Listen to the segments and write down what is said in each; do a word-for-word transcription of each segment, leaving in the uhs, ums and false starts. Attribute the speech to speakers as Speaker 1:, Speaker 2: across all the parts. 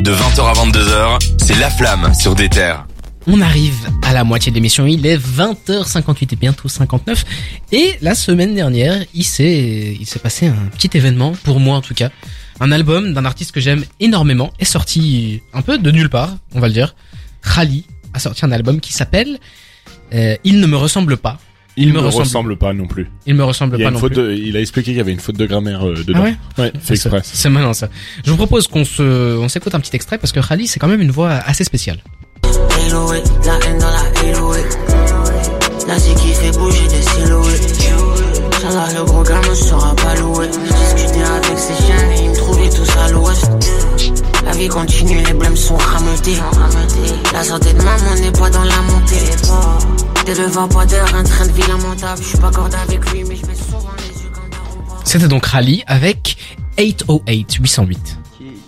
Speaker 1: De vingt heures à vingt-deux heures, c'est La Flamme sur des terres.
Speaker 2: On arrive à la moitié de l'émission, il est vingt heures cinquante-huit et bientôt cinquante-neuf. Et la semaine dernière, il s'est, il s'est passé un petit événement, pour moi en tout cas. Un album d'un artiste que j'aime énormément est sorti un peu de nulle part, on va le dire. Rally a sorti un album qui s'appelle euh, Il ne me ressemble pas.
Speaker 3: Il, il me ressemble... ressemble pas non plus.
Speaker 2: Il me ressemble
Speaker 3: il y a
Speaker 2: pas
Speaker 3: une
Speaker 2: non
Speaker 3: faute
Speaker 2: plus.
Speaker 3: De, il a expliqué qu'il y avait une faute de grammaire euh, dedans.
Speaker 2: Ah ouais,
Speaker 3: ouais, fait exprès.
Speaker 2: C'est, c'est malin ça. Je vous propose qu'on se, on s'écoute un petit extrait parce que Rally c'est quand même une voix assez spéciale.
Speaker 4: La haine dans la Haloïd. Là c'est qui fait bouger des silhouettes. Inch'Allah le gros gars ne sera pas loué. Discuter avec ses chiens et ils me trouvaient tous à l'ouest. La vie continue, les blêmes sont rameutés. La santé de maman n'est pas dans la montée. Des devants pas d'heure, un train de vie lamentable. Je suis pas cordé avec lui mais je mets souvent les yeux comme d'un.
Speaker 2: C'était donc Rally avec huit cent huit, huit cent huit.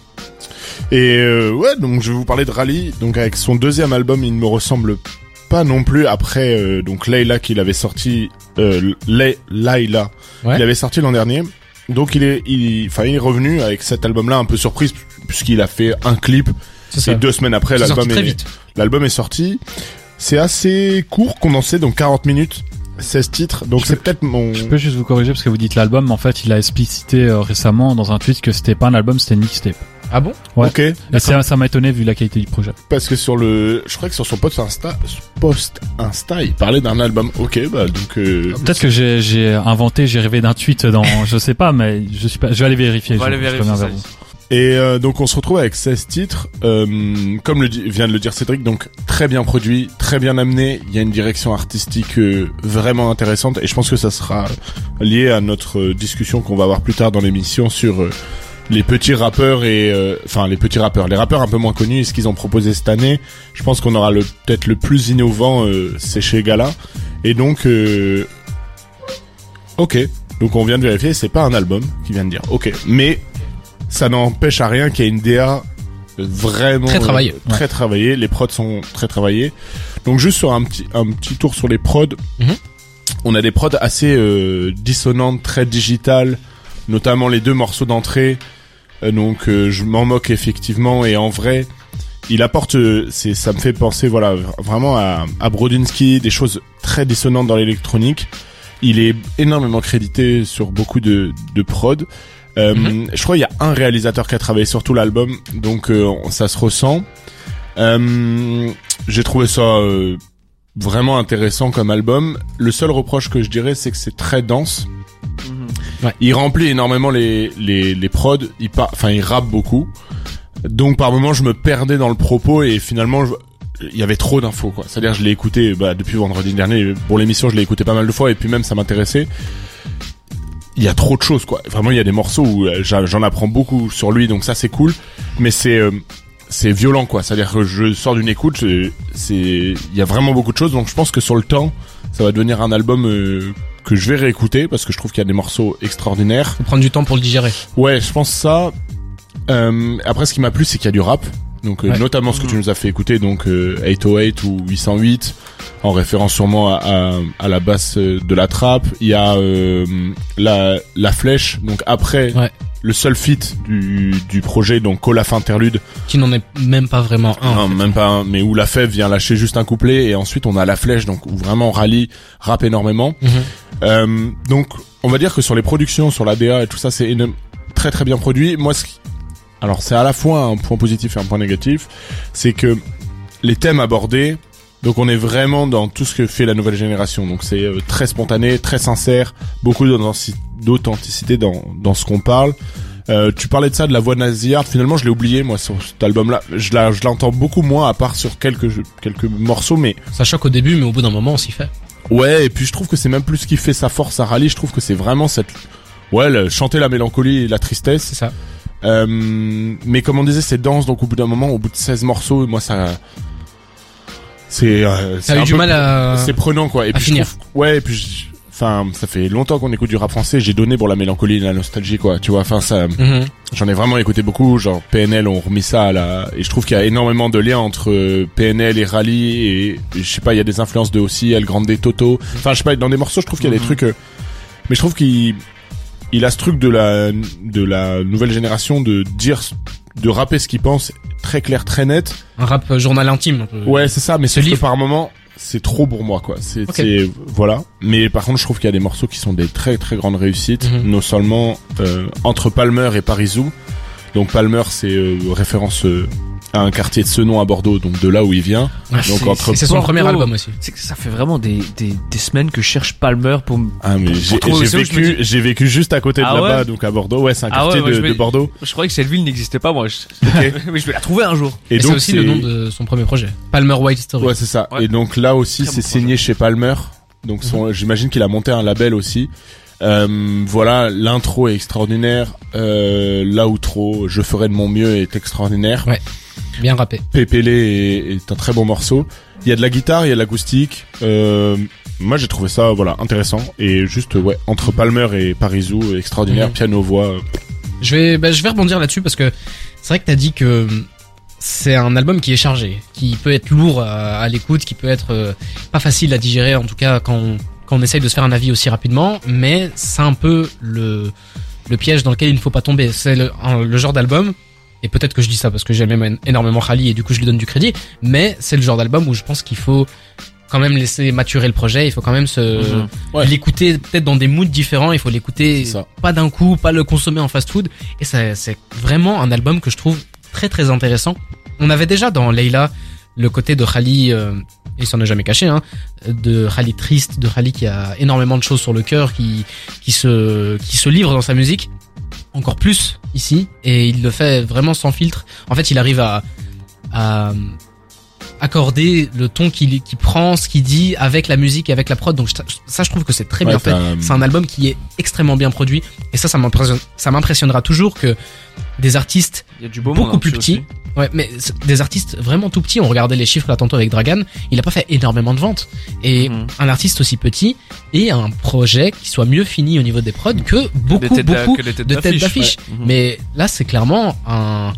Speaker 3: Et euh, ouais, donc je vais vous parler de Rally, donc avec son deuxième album, il ne me ressemble pas non plus. Après, euh, donc Layla qu'il avait sorti, euh, Lay, Layla,
Speaker 2: ouais.
Speaker 3: il avait sorti l'an dernier. Donc il est, il, enfin il est revenu avec cet album-là un peu surprise puisqu'il a fait un clip.
Speaker 2: C'est
Speaker 3: et
Speaker 2: ça.
Speaker 3: deux semaines après,
Speaker 2: C'est
Speaker 3: l'album
Speaker 2: est,
Speaker 3: est, l'album est sorti. C'est assez court, condensé, donc quarante minutes. seize titres, donc
Speaker 5: je
Speaker 3: c'est
Speaker 5: peux,
Speaker 3: peut-être mon...
Speaker 5: Je peux juste vous corriger parce que vous dites l'album, mais en fait il a explicité euh, récemment dans un tweet que c'était pas un album, c'était une mixtape.
Speaker 2: Ah bon?
Speaker 5: Ouais.
Speaker 3: Ok.
Speaker 5: Et ça, ça m'a étonné vu la qualité du projet.
Speaker 3: Parce que sur le, je crois que sur son post Insta, post Insta, il parlait d'un album. Ok, bah donc. Euh...
Speaker 5: Peut-être que j'ai, j'ai inventé, j'ai rêvé d'un tweet dans, je sais pas, mais je suis pas, je vais aller vérifier.
Speaker 6: On va
Speaker 5: je,
Speaker 6: aller
Speaker 5: je
Speaker 6: vérifier ça.
Speaker 3: Et euh, donc on se retrouve avec seize titres, euh, comme le vient de le dire Cédric, donc très bien produit, très bien amené. Il y a une direction artistique euh, vraiment intéressante et je pense que ça sera lié à notre discussion qu'on va avoir plus tard dans l'émission sur euh, les petits rappeurs et euh, enfin les petits rappeurs, les rappeurs un peu moins connus et ce qu'ils ont proposé cette année. Je pense qu'on aura le peut-être le plus innovant, euh, c'est chez Gala. Et donc euh, ok, donc on vient de vérifier, c'est pas un album qui vient de dire ok, mais ça n'empêche à rien qu'il y ait une D A vraiment
Speaker 2: très travaillée.
Speaker 3: Euh, très ouais. travaillée. Les prods sont très travaillés. Donc juste sur un petit un petit tour sur les prods, mm-hmm. on a des prods assez euh, dissonantes, très digitales, notamment les deux morceaux d'entrée. Euh, donc euh, je m'en moque effectivement et en vrai, il apporte, euh, c'est ça me fait penser voilà vraiment à, à Brodinski, des choses très dissonantes dans l'électronique. Il est énormément crédité sur beaucoup de de prods. Euh, mm-hmm. Je crois qu'il y a un réalisateur qui a travaillé sur tout l'album, donc euh, ça se ressent. Euh, j'ai trouvé ça euh, vraiment intéressant comme album. Le seul reproche que je dirais, c'est que c'est très dense. Mm-hmm. Ouais. Il remplit énormément les les les prods. Il par... enfin il rappe beaucoup. Donc par moments je me perdais dans le propos et finalement je... il y avait trop d'infos quoi. C'est-à-dire je l'ai écouté bah, depuis vendredi dernier pour l'émission, je l'ai écouté pas mal de fois et puis même ça m'intéressait. Il y a trop de choses quoi. Vraiment il y a des morceaux où j'en apprends beaucoup sur lui donc ça c'est cool mais c'est euh, c'est violent quoi. C'est-à-dire que je sors d'une écoute c'est il y a vraiment beaucoup de choses donc je pense que sur le temps ça va devenir un album euh, que je vais réécouter parce que je trouve qu'il y a des morceaux extraordinaires.
Speaker 2: Faut prendre du temps pour le digérer.
Speaker 3: Ouais, je pense ça. Euh, après ce qui m'a plu c'est qu'il y a du rap. Donc euh, ouais. notamment ce que tu nous as fait écouter donc euh, huit cent huit ou huit cent huit en référence sûrement à, à, à la basse de la trappe. Il y a euh, la la flèche donc après ouais. le seul feat du du projet donc Olaf Interlude
Speaker 2: qui n'en est même pas vraiment un.
Speaker 3: Non,
Speaker 2: en fait.
Speaker 3: même pas un mais où la Fève vient lâcher juste un couplet et ensuite on a la flèche donc où vraiment Rally rappe énormément. Mm-hmm. Euh, donc on va dire que sur les productions, sur la D A et tout ça c'est une, très très bien produit. Moi ce Alors c'est à la fois un point positif et un point négatif, c'est que les thèmes abordés, donc on est vraiment dans tout ce que fait la nouvelle génération, donc c'est euh, très spontané, très sincère, beaucoup d'authenticité dans dans ce qu'on parle. Euh, tu parlais de ça, de la voix de Naziard, finalement je l'ai oublié moi sur cet album-là, je la, je l'entends beaucoup moins à part sur quelques quelques morceaux, mais
Speaker 2: ça choque au début, mais au bout d'un moment on s'y fait.
Speaker 3: Ouais, et puis je trouve que c'est même plus ce qui fait sa force à Rally, je trouve que c'est vraiment cette, ouais, le, chanter la mélancolie et la tristesse,
Speaker 2: c'est ça.
Speaker 3: Euh, mais comme on disait c'est dense donc au bout d'un moment au bout de seize morceaux moi ça c'est euh,
Speaker 2: ça a eu du mal à
Speaker 3: c'est prenant quoi et
Speaker 2: à
Speaker 3: puis
Speaker 2: finir.
Speaker 3: Je trouve, ouais et puis enfin ça fait longtemps qu'on écoute du rap français, j'ai donné pour la mélancolie et la nostalgie quoi tu vois enfin ça mm-hmm. J'en ai vraiment écouté beaucoup genre P N L on remis ça à la et je trouve qu'il y a énormément de liens entre P N L et Rally et, et je sais pas il y a des influences de aussi El Grande Toto enfin je sais pas dans des morceaux je trouve qu'il y a mm-hmm. des trucs euh, mais je trouve qu'il il a ce truc de la de la nouvelle génération de dire de rapper ce qu'il pense très clair, très net.
Speaker 2: Un rap euh, journal intime. Un peu.
Speaker 3: Ouais, c'est ça, mais
Speaker 2: Ce
Speaker 3: sauf que
Speaker 2: livre.
Speaker 3: par moment, c'est trop pour moi, quoi. C'est,
Speaker 2: Ok.
Speaker 3: c'est, voilà. Mais par contre, je trouve qu'il y a des morceaux qui sont des très très grandes réussites,
Speaker 2: Mhm.
Speaker 3: non seulement euh, entre Palmer et Parisou. Donc Palmer, c'est euh, référence euh, à un quartier de ce nom à Bordeaux, donc de là où il vient.
Speaker 2: Ouais,
Speaker 3: Donc
Speaker 6: c'est-
Speaker 3: entre
Speaker 2: Et c'est son
Speaker 6: Bordeaux.
Speaker 2: premier album aussi.
Speaker 6: C'est que ça fait vraiment des, des, des semaines que je cherche Palmer pour me...
Speaker 3: ah mais j'ai,
Speaker 6: trouver
Speaker 3: j'ai
Speaker 6: ça où je me
Speaker 3: vécu
Speaker 6: dis-
Speaker 3: j'ai vécu juste à côté de
Speaker 6: Ah
Speaker 3: là-bas,
Speaker 6: ouais
Speaker 3: donc à Bordeaux. Ouais, c'est un
Speaker 6: Ah ouais,
Speaker 3: quartier
Speaker 6: moi,
Speaker 3: de,
Speaker 6: je vais-
Speaker 3: de Bordeaux.
Speaker 6: Je croyais que cette ville n'existait pas, moi. Je... Mais je vais la trouver un jour.
Speaker 3: Et,
Speaker 2: Et, c'est
Speaker 3: donc
Speaker 2: aussi le nom de son premier projet. Palmer White Story.
Speaker 3: Ouais, c'est ça.
Speaker 6: Ouais.
Speaker 3: Et donc là aussi,
Speaker 6: Très
Speaker 3: c'est
Speaker 6: bon
Speaker 3: signé chez Palmer. Donc son, j'imagine qu'il a monté un label aussi. Euh, voilà, l'intro est extraordinaire. Euh, l'outro, je ferai de mon mieux, est extraordinaire.
Speaker 2: Ouais. Bien rappé.
Speaker 3: Pépélé est, est un très bon morceau. Il y a de la guitare, il y a de l'acoustique. Euh, moi, j'ai trouvé ça, voilà, intéressant. Et juste, ouais, entre Palmer et Parisou, extraordinaire,
Speaker 2: Mhm.
Speaker 3: piano, voix.
Speaker 2: Je vais, bah, je vais rebondir là-dessus parce que c'est vrai que t'as dit que c'est un album qui est chargé, qui peut être lourd à, à l'écoute, qui peut être euh, pas facile à digérer, en tout cas quand on, quand on essaye de se faire un avis aussi rapidement, mais c'est un peu le, le piège dans lequel il ne faut pas tomber. C'est le, un- le genre d'album, et peut-être que je dis ça parce que j'aime même énormément Khali et du coup je lui donne du crédit, mais c'est le genre d'album où je pense qu'il faut quand même laisser maturer le projet, il faut quand même se
Speaker 6: Mhm.
Speaker 3: Ouais.
Speaker 2: l'écouter peut-être dans des moods différents, il faut l'écouter
Speaker 3: C'est ça.
Speaker 2: pas d'un coup, pas le consommer en fast food, et ça, c'est vraiment un album que je trouve très très intéressant. On avait déjà dans Leila le côté de Khali, euh, il s'en est jamais caché, hein, de Khali triste, de Khali qui a énormément de choses sur le cœur, qui qui se qui se livre dans sa musique, encore plus ici, et il le fait vraiment sans filtre. En fait, il arrive à à accorder le ton qu'il qu'il prend, ce qu'il dit avec la musique et avec la prod. Donc je- ça, je trouve que c'est très
Speaker 3: Ouais,
Speaker 2: bien fait.
Speaker 3: t'as un-
Speaker 2: C'est un album qui est extrêmement bien produit, et ça, ça m'impressionne, ça m'impressionnera toujours que des artistes
Speaker 6: Il y a du beau
Speaker 2: beaucoup
Speaker 6: monde
Speaker 2: plus
Speaker 6: là-dessus
Speaker 2: petits, ouais, mais c'est des artistes vraiment tout petits. On regardait les chiffres là tantôt avec Dragan, il a pas fait énormément de ventes. Et
Speaker 6: Mhm.
Speaker 2: un artiste aussi petit et un projet qui soit mieux fini au niveau des prods que
Speaker 6: aussi.
Speaker 2: beaucoup,
Speaker 6: Des têtes d'a-
Speaker 2: beaucoup
Speaker 6: que des têtes
Speaker 2: de têtes d'affiche.
Speaker 6: ouais. Mhm.
Speaker 2: Mais là, c'est clairement un.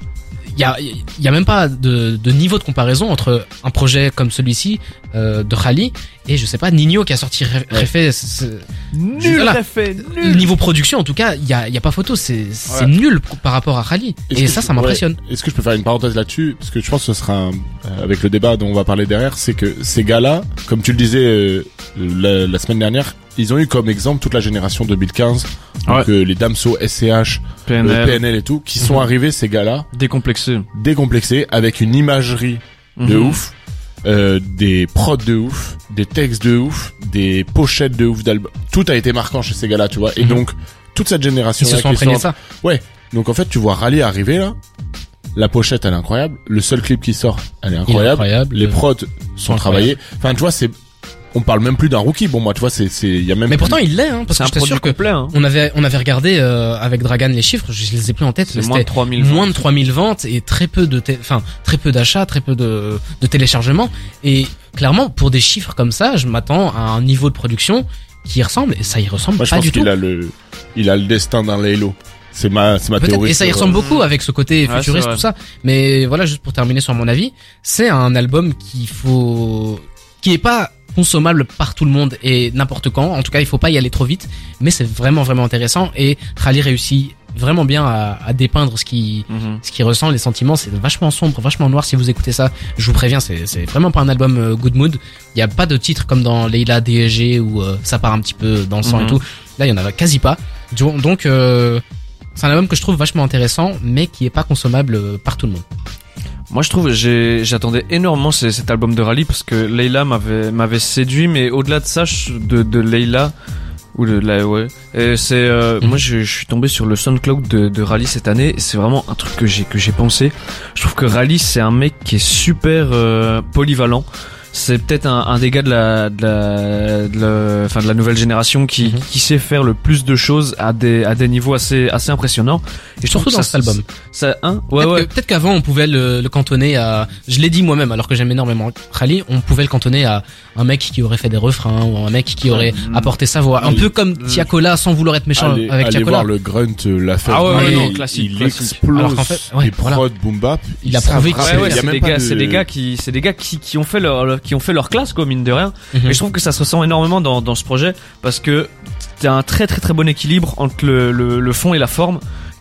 Speaker 2: Il y a, il y a même pas de, de niveau de comparaison entre un projet comme celui-ci euh, de Khali et je sais pas Nino qui a sorti Ré-
Speaker 3: Ouais.
Speaker 2: Réfé. c'est-
Speaker 6: Nul
Speaker 2: Voilà.
Speaker 6: fait, nul.
Speaker 2: Niveau production, en tout cas, il y a, il y a pas photo. C'est c'est
Speaker 3: Ouais.
Speaker 2: nul par rapport à Khali.
Speaker 3: Est-ce
Speaker 2: Et
Speaker 3: que
Speaker 2: ça,
Speaker 3: je-
Speaker 2: ça m'impressionne.
Speaker 3: ouais. Est-ce que je peux faire une parenthèse là-dessus? Parce que je pense que ce sera un, euh, avec le débat dont on va parler derrière, c'est que ces gars-là, comme tu le disais euh, la, la semaine dernière, ils ont eu comme exemple toute la génération deux mille quinze, donc euh, les Damso, S C H,
Speaker 6: P
Speaker 3: euh,
Speaker 6: N L,
Speaker 3: P N L et tout, qui sont
Speaker 2: Mhm.
Speaker 3: arrivés, ces gars-là,
Speaker 6: décomplexé.
Speaker 3: décomplexés, avec une imagerie de
Speaker 6: Mhm.
Speaker 3: ouf, euh, des prods de ouf, des textes de ouf, des pochettes de ouf d'albums. Tout a été marquant chez ces gars-là, tu vois. Et
Speaker 2: Mhm.
Speaker 3: donc, toute cette génération
Speaker 2: Ils se sont imprégnés de ça.
Speaker 3: donc en fait, tu vois Rally arriver là. La pochette, elle est incroyable. Le seul clip qui sort, elle est
Speaker 2: Il est
Speaker 3: incroyable.
Speaker 2: incroyable.
Speaker 3: Les prods sont
Speaker 2: incroyables.
Speaker 3: travaillés. Enfin, tu vois, c'est, on parle même plus d'un rookie. Bon, moi, tu vois, c'est, c'est, il y a même.
Speaker 2: Mais
Speaker 3: plus-
Speaker 2: pourtant, il l'est, hein, parce
Speaker 6: C'est
Speaker 2: que
Speaker 6: un
Speaker 2: j'étais
Speaker 6: produit
Speaker 2: sûr que
Speaker 6: complet, hein.
Speaker 2: on avait, on avait regardé euh, avec Dragan les chiffres. Je les ai plus en tête.
Speaker 6: C'est
Speaker 2: mais
Speaker 6: moins de
Speaker 2: c'était
Speaker 6: trois mille.
Speaker 2: moins de trois mille ventes et très peu de, té- enfin, très peu d'achats, très peu de, de téléchargements. Et clairement, pour des chiffres comme ça, je m'attends à un niveau de production qui y ressemble, et ça y ressemble
Speaker 3: Moi, je
Speaker 2: pas
Speaker 3: pense
Speaker 2: du tout.
Speaker 3: qu'il a le, il a le destin d'un Laylo. C'est ma, c'est ma
Speaker 2: Peut-être,
Speaker 3: théorie.
Speaker 2: et ça y
Speaker 3: sur,
Speaker 2: ressemble
Speaker 3: euh,
Speaker 2: beaucoup avec ce côté
Speaker 6: Ouais,
Speaker 2: futuriste,
Speaker 6: c'est vrai.
Speaker 2: tout ça. Mais voilà, juste pour terminer sur mon avis, c'est un album qu'il faut, qui est pas consommable par tout le monde et n'importe quand. En tout cas, il faut pas y aller trop vite, mais c'est vraiment vraiment intéressant, et Khali réussit vraiment bien à, à dépeindre ce qui,
Speaker 6: Mhm.
Speaker 2: ce qu'il ressent, les sentiments. C'est vachement sombre, vachement noir. Si vous écoutez ça, je vous préviens, c'est, c'est vraiment pas un album euh, good mood. Il y a pas de titre comme dans Leila D S G où euh, ça part un petit peu dans le sang
Speaker 6: Mhm.
Speaker 2: et tout. Là, il y en a quasi pas. Donc, donc, euh, c'est un album que je trouve vachement intéressant, mais qui est pas consommable euh, par tout le monde.
Speaker 6: Moi, je trouve, j'ai, j'attendais énormément ce- cet album de Rally parce que Leila m'avait, m'avait séduit, mais au-delà de ça, je- de, de Leila, ou de la, ouais, et c'est, euh,
Speaker 2: Mhm.
Speaker 6: moi, je, je suis tombé sur le SoundCloud de, de Rally cette année, et c'est vraiment un truc que j'ai, que j'ai pensé. Je trouve que Rally, c'est un mec qui est super, euh, polyvalent. C'est peut-être un, un des gars de la, de la, de la, enfin de la nouvelle génération qui,
Speaker 2: Mhm.
Speaker 6: qui sait faire le plus de choses à des, à des niveaux assez, assez impressionnants. Et je trouve
Speaker 2: Surtout
Speaker 6: que
Speaker 2: dans
Speaker 6: ça,
Speaker 2: cet album.
Speaker 6: Ça, hein, ouais,
Speaker 2: peut-être,
Speaker 6: ouais.
Speaker 2: que- peut-être qu'avant on pouvait le, le cantonner à, je l'ai dit moi-même alors que j'aime énormément Khali, on pouvait le cantonner à un mec qui aurait fait des refrains ou un mec qui aurait
Speaker 6: Mm.
Speaker 2: apporté sa voix, un
Speaker 3: Allez.
Speaker 2: peu comme Tiakola, sans vouloir être méchant
Speaker 3: Allez,
Speaker 2: avec
Speaker 3: allez
Speaker 2: Tiakola.
Speaker 3: voir le grunt, euh, la fête.
Speaker 6: Ah ouais,
Speaker 2: ouais,
Speaker 3: il,
Speaker 6: non, classique,
Speaker 3: il
Speaker 6: classique.
Speaker 3: explose.
Speaker 2: Alors qu'en fait, ouais,
Speaker 3: les
Speaker 2: voilà.
Speaker 3: prods boom bap.
Speaker 2: Il a
Speaker 3: savent
Speaker 2: prouvé que
Speaker 3: rapper.
Speaker 2: c'est-
Speaker 6: Ouais, ouais,
Speaker 3: Il y a
Speaker 6: c'est
Speaker 3: même
Speaker 6: des
Speaker 3: pas
Speaker 6: gars,
Speaker 3: de-
Speaker 6: c'est des gars qui, c'est des gars qui, qui ont fait leur, qui ont fait leur classe, quoi, mine de rien.
Speaker 2: Mhm.
Speaker 6: Et je trouve que ça se ressent énormément dans, dans ce projet parce que t'as un très très très bon équilibre entre le, le, le fond et la forme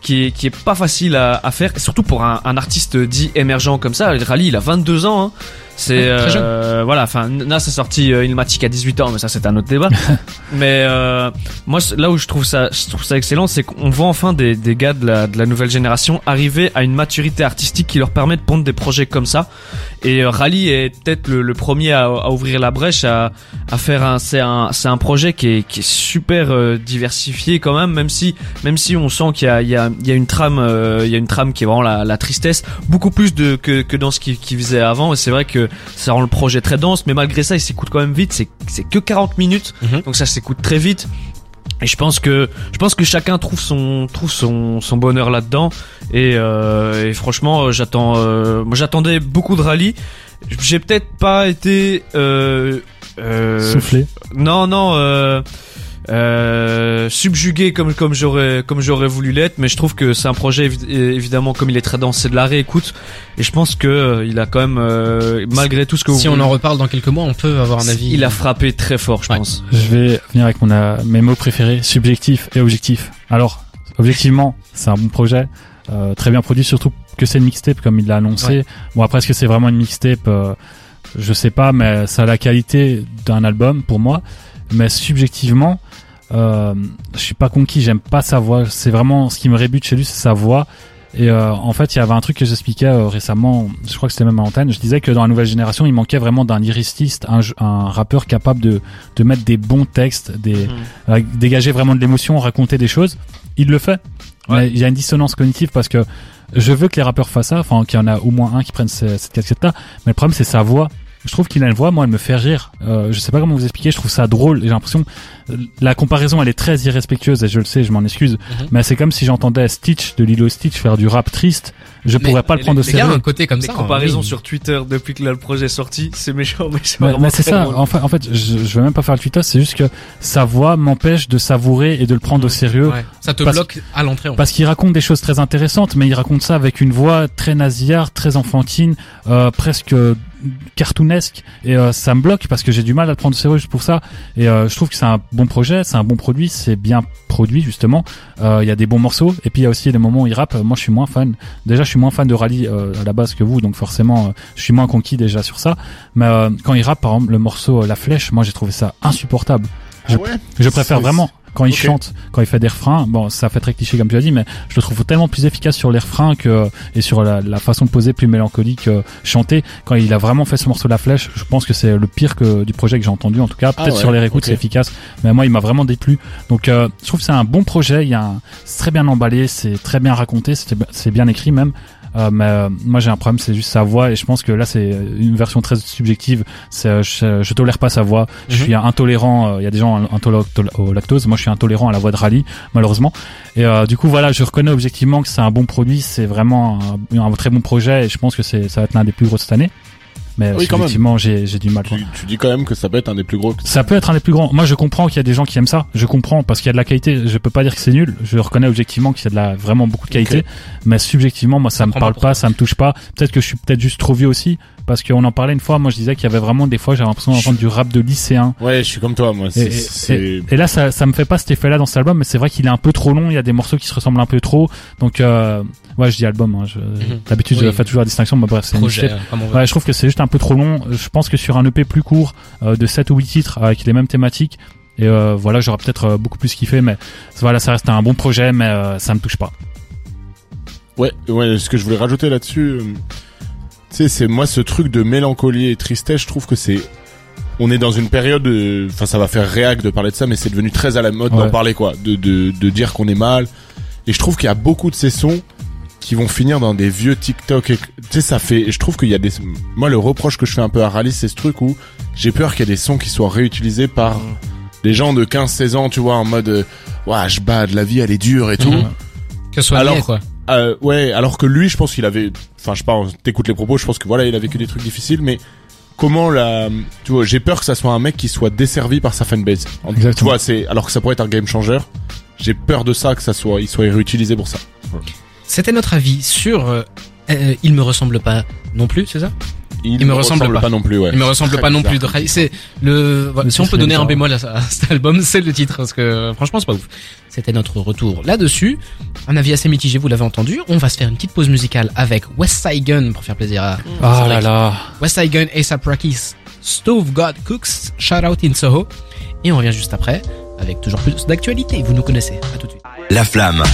Speaker 6: qui est qui est pas facile à, à faire, et surtout pour un, un artiste dit émergent comme ça. Rally, il a vingt-deux ans, hein. C'est
Speaker 2: ouais, très
Speaker 6: euh, voilà, enfin Nas a sorti euh, Illmatic à dix-huit ans, mais ça c'est un autre débat. Mais euh, moi là où je trouve ça je trouve ça excellent, c'est qu'on voit enfin des des gars de la de la nouvelle génération arriver à une maturité artistique qui leur permet de pondre des projets comme ça. Et euh, Rally est peut-être le, le premier à, à ouvrir la brèche, à à faire un c'est un c'est un projet qui est qui est super euh, diversifié quand même, même si même si on sent qu'il y a il y a il y a une trame euh, il y a une trame qui est vraiment la la tristesse, beaucoup plus de que que dans ce qui qui faisait avant. Et c'est vrai que ça rend le projet très dense, mais malgré ça il s'écoute quand même vite. C'est c'est que quarante minutes, mm-hmm. donc ça s'écoute très vite. Et je pense que je pense que chacun trouve son trouve son son bonheur là-dedans. Et, euh, et franchement, j'attends. Euh, moi, j'attendais beaucoup de Rally. J'ai peut-être pas été euh, euh,
Speaker 5: soufflé.
Speaker 6: Non, non. Euh, euh, subjugué comme comme j'aurais comme j'aurais voulu l'être, mais je trouve que c'est un projet évi- évidemment, comme il est très dense, c'est de la réécoute, et je pense que euh, il a quand même euh, malgré tout ce que
Speaker 2: si
Speaker 6: vous
Speaker 2: on en reparle dans quelques mois, on peut avoir un avis.
Speaker 6: Il a frappé très fort, je
Speaker 2: ouais.
Speaker 6: pense.
Speaker 5: Je vais venir avec mon euh, mes mots préférés, subjectif et objectif. Alors objectivement, c'est un bon projet, euh, très bien produit, surtout que c'est une mixtape comme il l'a annoncé. Ouais. Bon, après est-ce que c'est vraiment une mixtape, euh, je sais pas, mais ça a la qualité d'un album pour moi. Mais subjectivement, euh, je suis pas conquis, j'aime pas sa voix. C'est vraiment ce qui me rébute chez lui, c'est sa voix. Et euh, en fait, il y avait un truc que j'expliquais euh, récemment, je crois que c'était même à l'antenne. Je disais que dans la nouvelle génération, il manquait vraiment d'un lyriciste, un, un rappeur capable de de mettre des bons textes, des mmh. euh, dégager vraiment de l'émotion, raconter des choses. Il le fait. Ouais. Mais il y a une dissonance cognitive parce que je veux que les rappeurs fassent ça, enfin qu'il y en a au moins un qui prenne ce, cette casquette-là. Mais le problème, c'est sa voix. Je trouve qu'il a une voix, moi, elle me fait rire. Euh, je sais pas comment vous expliquer, je trouve ça drôle. J'ai l'impression, la comparaison, elle est très irrespectueuse, et je le sais, je m'en excuse. Mm-hmm. Mais c'est comme si j'entendais Stitch de Lilo Stitch faire du rap triste. Je mais, pourrais pas le prendre au sérieux.
Speaker 2: Il y a un côté comme
Speaker 6: les
Speaker 2: ça.
Speaker 6: Les comparaisons
Speaker 2: oui.
Speaker 6: sur Twitter depuis que là le projet est sorti, c'est méchant, mais c'est
Speaker 5: mais,
Speaker 6: vraiment
Speaker 5: mais c'est ça.
Speaker 6: drôle.
Speaker 5: En fait, en fait, je, je veux même pas faire le Twitter. C'est juste que sa voix m'empêche de savourer et de le prendre mmh. au sérieux.
Speaker 2: Ouais. Ça te
Speaker 5: parce,
Speaker 2: bloque à l'entrée. En
Speaker 5: parce
Speaker 2: fait.
Speaker 5: qu'il raconte des choses très intéressantes, mais il raconte ça avec une voix très nasillarde, très enfantine, euh, presque cartoonesque, et euh, ça me bloque parce que j'ai du mal à le prendre au sérieux juste pour ça. Et euh, je trouve que c'est un bon projet, c'est un bon produit, c'est bien produit justement. Il euh, y a des bons morceaux, et puis il y a aussi des moments où il rappe. Moi, je suis moins fan. Déjà, je suis moins fan de Rally euh, à la base que vous, donc forcément, euh, je suis moins conquis déjà sur ça. Mais euh, quand il rappe, par exemple, le morceau euh, La Flèche, moi, j'ai trouvé ça insupportable. Je, ah ouais je préfère c'est... vraiment quand il okay. chante, quand il fait des refrains. Bon, ça fait très cliché comme tu as dit, mais je le trouve tellement plus efficace sur les refrains que et sur la, la façon de poser plus mélancolique, euh, chanter. Quand il a vraiment fait ce morceau La Flèche, je pense que c'est le pire que du projet que j'ai entendu. En tout cas, peut-être ah ouais, sur les réécoutes okay. c'est efficace, mais moi il m'a vraiment déplu. Donc, euh, je trouve que c'est un bon projet. Il y a un, c'est très bien emballé, c'est très bien raconté, c'est, c'est bien écrit même. Euh, mais euh, moi j'ai un problème, c'est juste sa voix, et je pense que là c'est une version très subjective. C'est, je, je tolère pas sa voix. Mm-hmm. Je suis intolérant. Il euh, y a des gens intolérants au lactose. Moi je suis intolérant à la voix de Rally, malheureusement. Et euh, du coup voilà, je reconnais objectivement que c'est un bon produit, c'est vraiment un, un très bon projet, et je pense que c'est ça va être l'un des plus gros cette année. Mais oui, effectivement, j'ai, j'ai du mal.
Speaker 3: Tu, tu dis quand même que ça peut être un des plus gros.
Speaker 5: Ça peut être un des plus grands. Moi, je comprends qu'il y a des gens qui aiment ça. Je comprends parce qu'il y a de la qualité. Je peux pas dire que c'est nul. Je reconnais objectivement qu'il y a de la, vraiment beaucoup de qualité. Okay. Mais subjectivement, moi, ça, ça me parle pas, ça me touche pas. Peut-être que je suis peut-être juste trop vieux aussi. Parce qu'on en parlait une fois, moi je disais qu'il y avait vraiment des fois, j'avais l'impression d'entendre du rap de lycéen.
Speaker 3: Ouais, je suis comme toi, moi. C'est,
Speaker 5: et,
Speaker 3: c'est...
Speaker 5: Et, et là, ça, ça me fait pas cet effet-là dans cet album, mais c'est vrai qu'il est un peu trop long. Il y a des morceaux qui se ressemblent un peu trop. Donc, euh, ouais, je dis album. Hein, je, mm-hmm. D'habitude, oui. je fais toujours la distinction. Mais bref, c'est
Speaker 2: projet.
Speaker 5: Une ouais, je trouve que c'est juste un peu trop long. Je pense que sur un E P plus court, euh, de sept ou huit titres avec les mêmes thématiques, et euh, voilà, j'aurais peut-être euh, beaucoup plus kiffé. Mais voilà, ça reste un bon projet, mais euh, ça me touche pas.
Speaker 3: Ouais, ouais. Ce que je voulais rajouter là-dessus. Euh... Tu sais, c'est moi ce truc de mélancolie et tristesse, je trouve que c'est, on est dans une période, enfin ça va faire réac de parler de ça, mais c'est devenu très à la mode ouais. d'en parler quoi, de de de dire qu'on est mal. Et je trouve qu'il y a beaucoup de ces sons qui vont finir dans des vieux TikTok. Et, tu sais, ça fait, je trouve qu'il y a des, moi le reproche que je fais un peu à Rally, c'est ce truc où j'ai peur qu'il y ait des sons qui soient réutilisés par mmh. des gens de quinze seize ans, tu vois, en mode, ouah, je bade, la vie elle est dure et tout.
Speaker 2: Mmh. Que ce soit
Speaker 3: alors,
Speaker 2: bien, quoi.
Speaker 3: Euh, ouais, alors que lui, je pense qu'il avait, enfin, je sais pas, t'écoutes les propos, je pense que voilà, il a vécu des trucs difficiles, mais comment la, tu vois, j'ai peur que ça soit un mec qui soit desservi par sa fanbase. Exactement. Tu vois, c'est, alors que ça pourrait être un game changer. J'ai peur de ça, que ça soit, il soit réutilisé pour ça. Ouais.
Speaker 2: C'était notre avis sur, euh, euh, il me ressemble pas non plus, c'est ça?
Speaker 3: il,
Speaker 2: Il me ressemble pas.
Speaker 3: non plus, ouais.
Speaker 2: Il me ressemble
Speaker 3: Très
Speaker 2: pas non
Speaker 3: bizarre.
Speaker 2: plus de Rally. C'est le, voilà,
Speaker 5: Le
Speaker 2: si on
Speaker 5: titre,
Speaker 2: peut
Speaker 5: je
Speaker 2: donner
Speaker 5: l'aime
Speaker 2: un
Speaker 5: pas.
Speaker 2: bémol à, à cet album, c'est le titre, parce que franchement c'est pas ouf. C'était notre retour là-dessus. Un avis assez mitigé, vous l'avez entendu. On va se faire une petite pause musicale avec West Side Gun pour faire plaisir à
Speaker 5: Ah là là.
Speaker 2: West Side Gun, A$AP Rocky, Stove God Cooks, Shout Out in Soho. Et on revient juste après avec toujours plus d'actualité. Vous nous connaissez. À tout de suite.
Speaker 1: La flamme.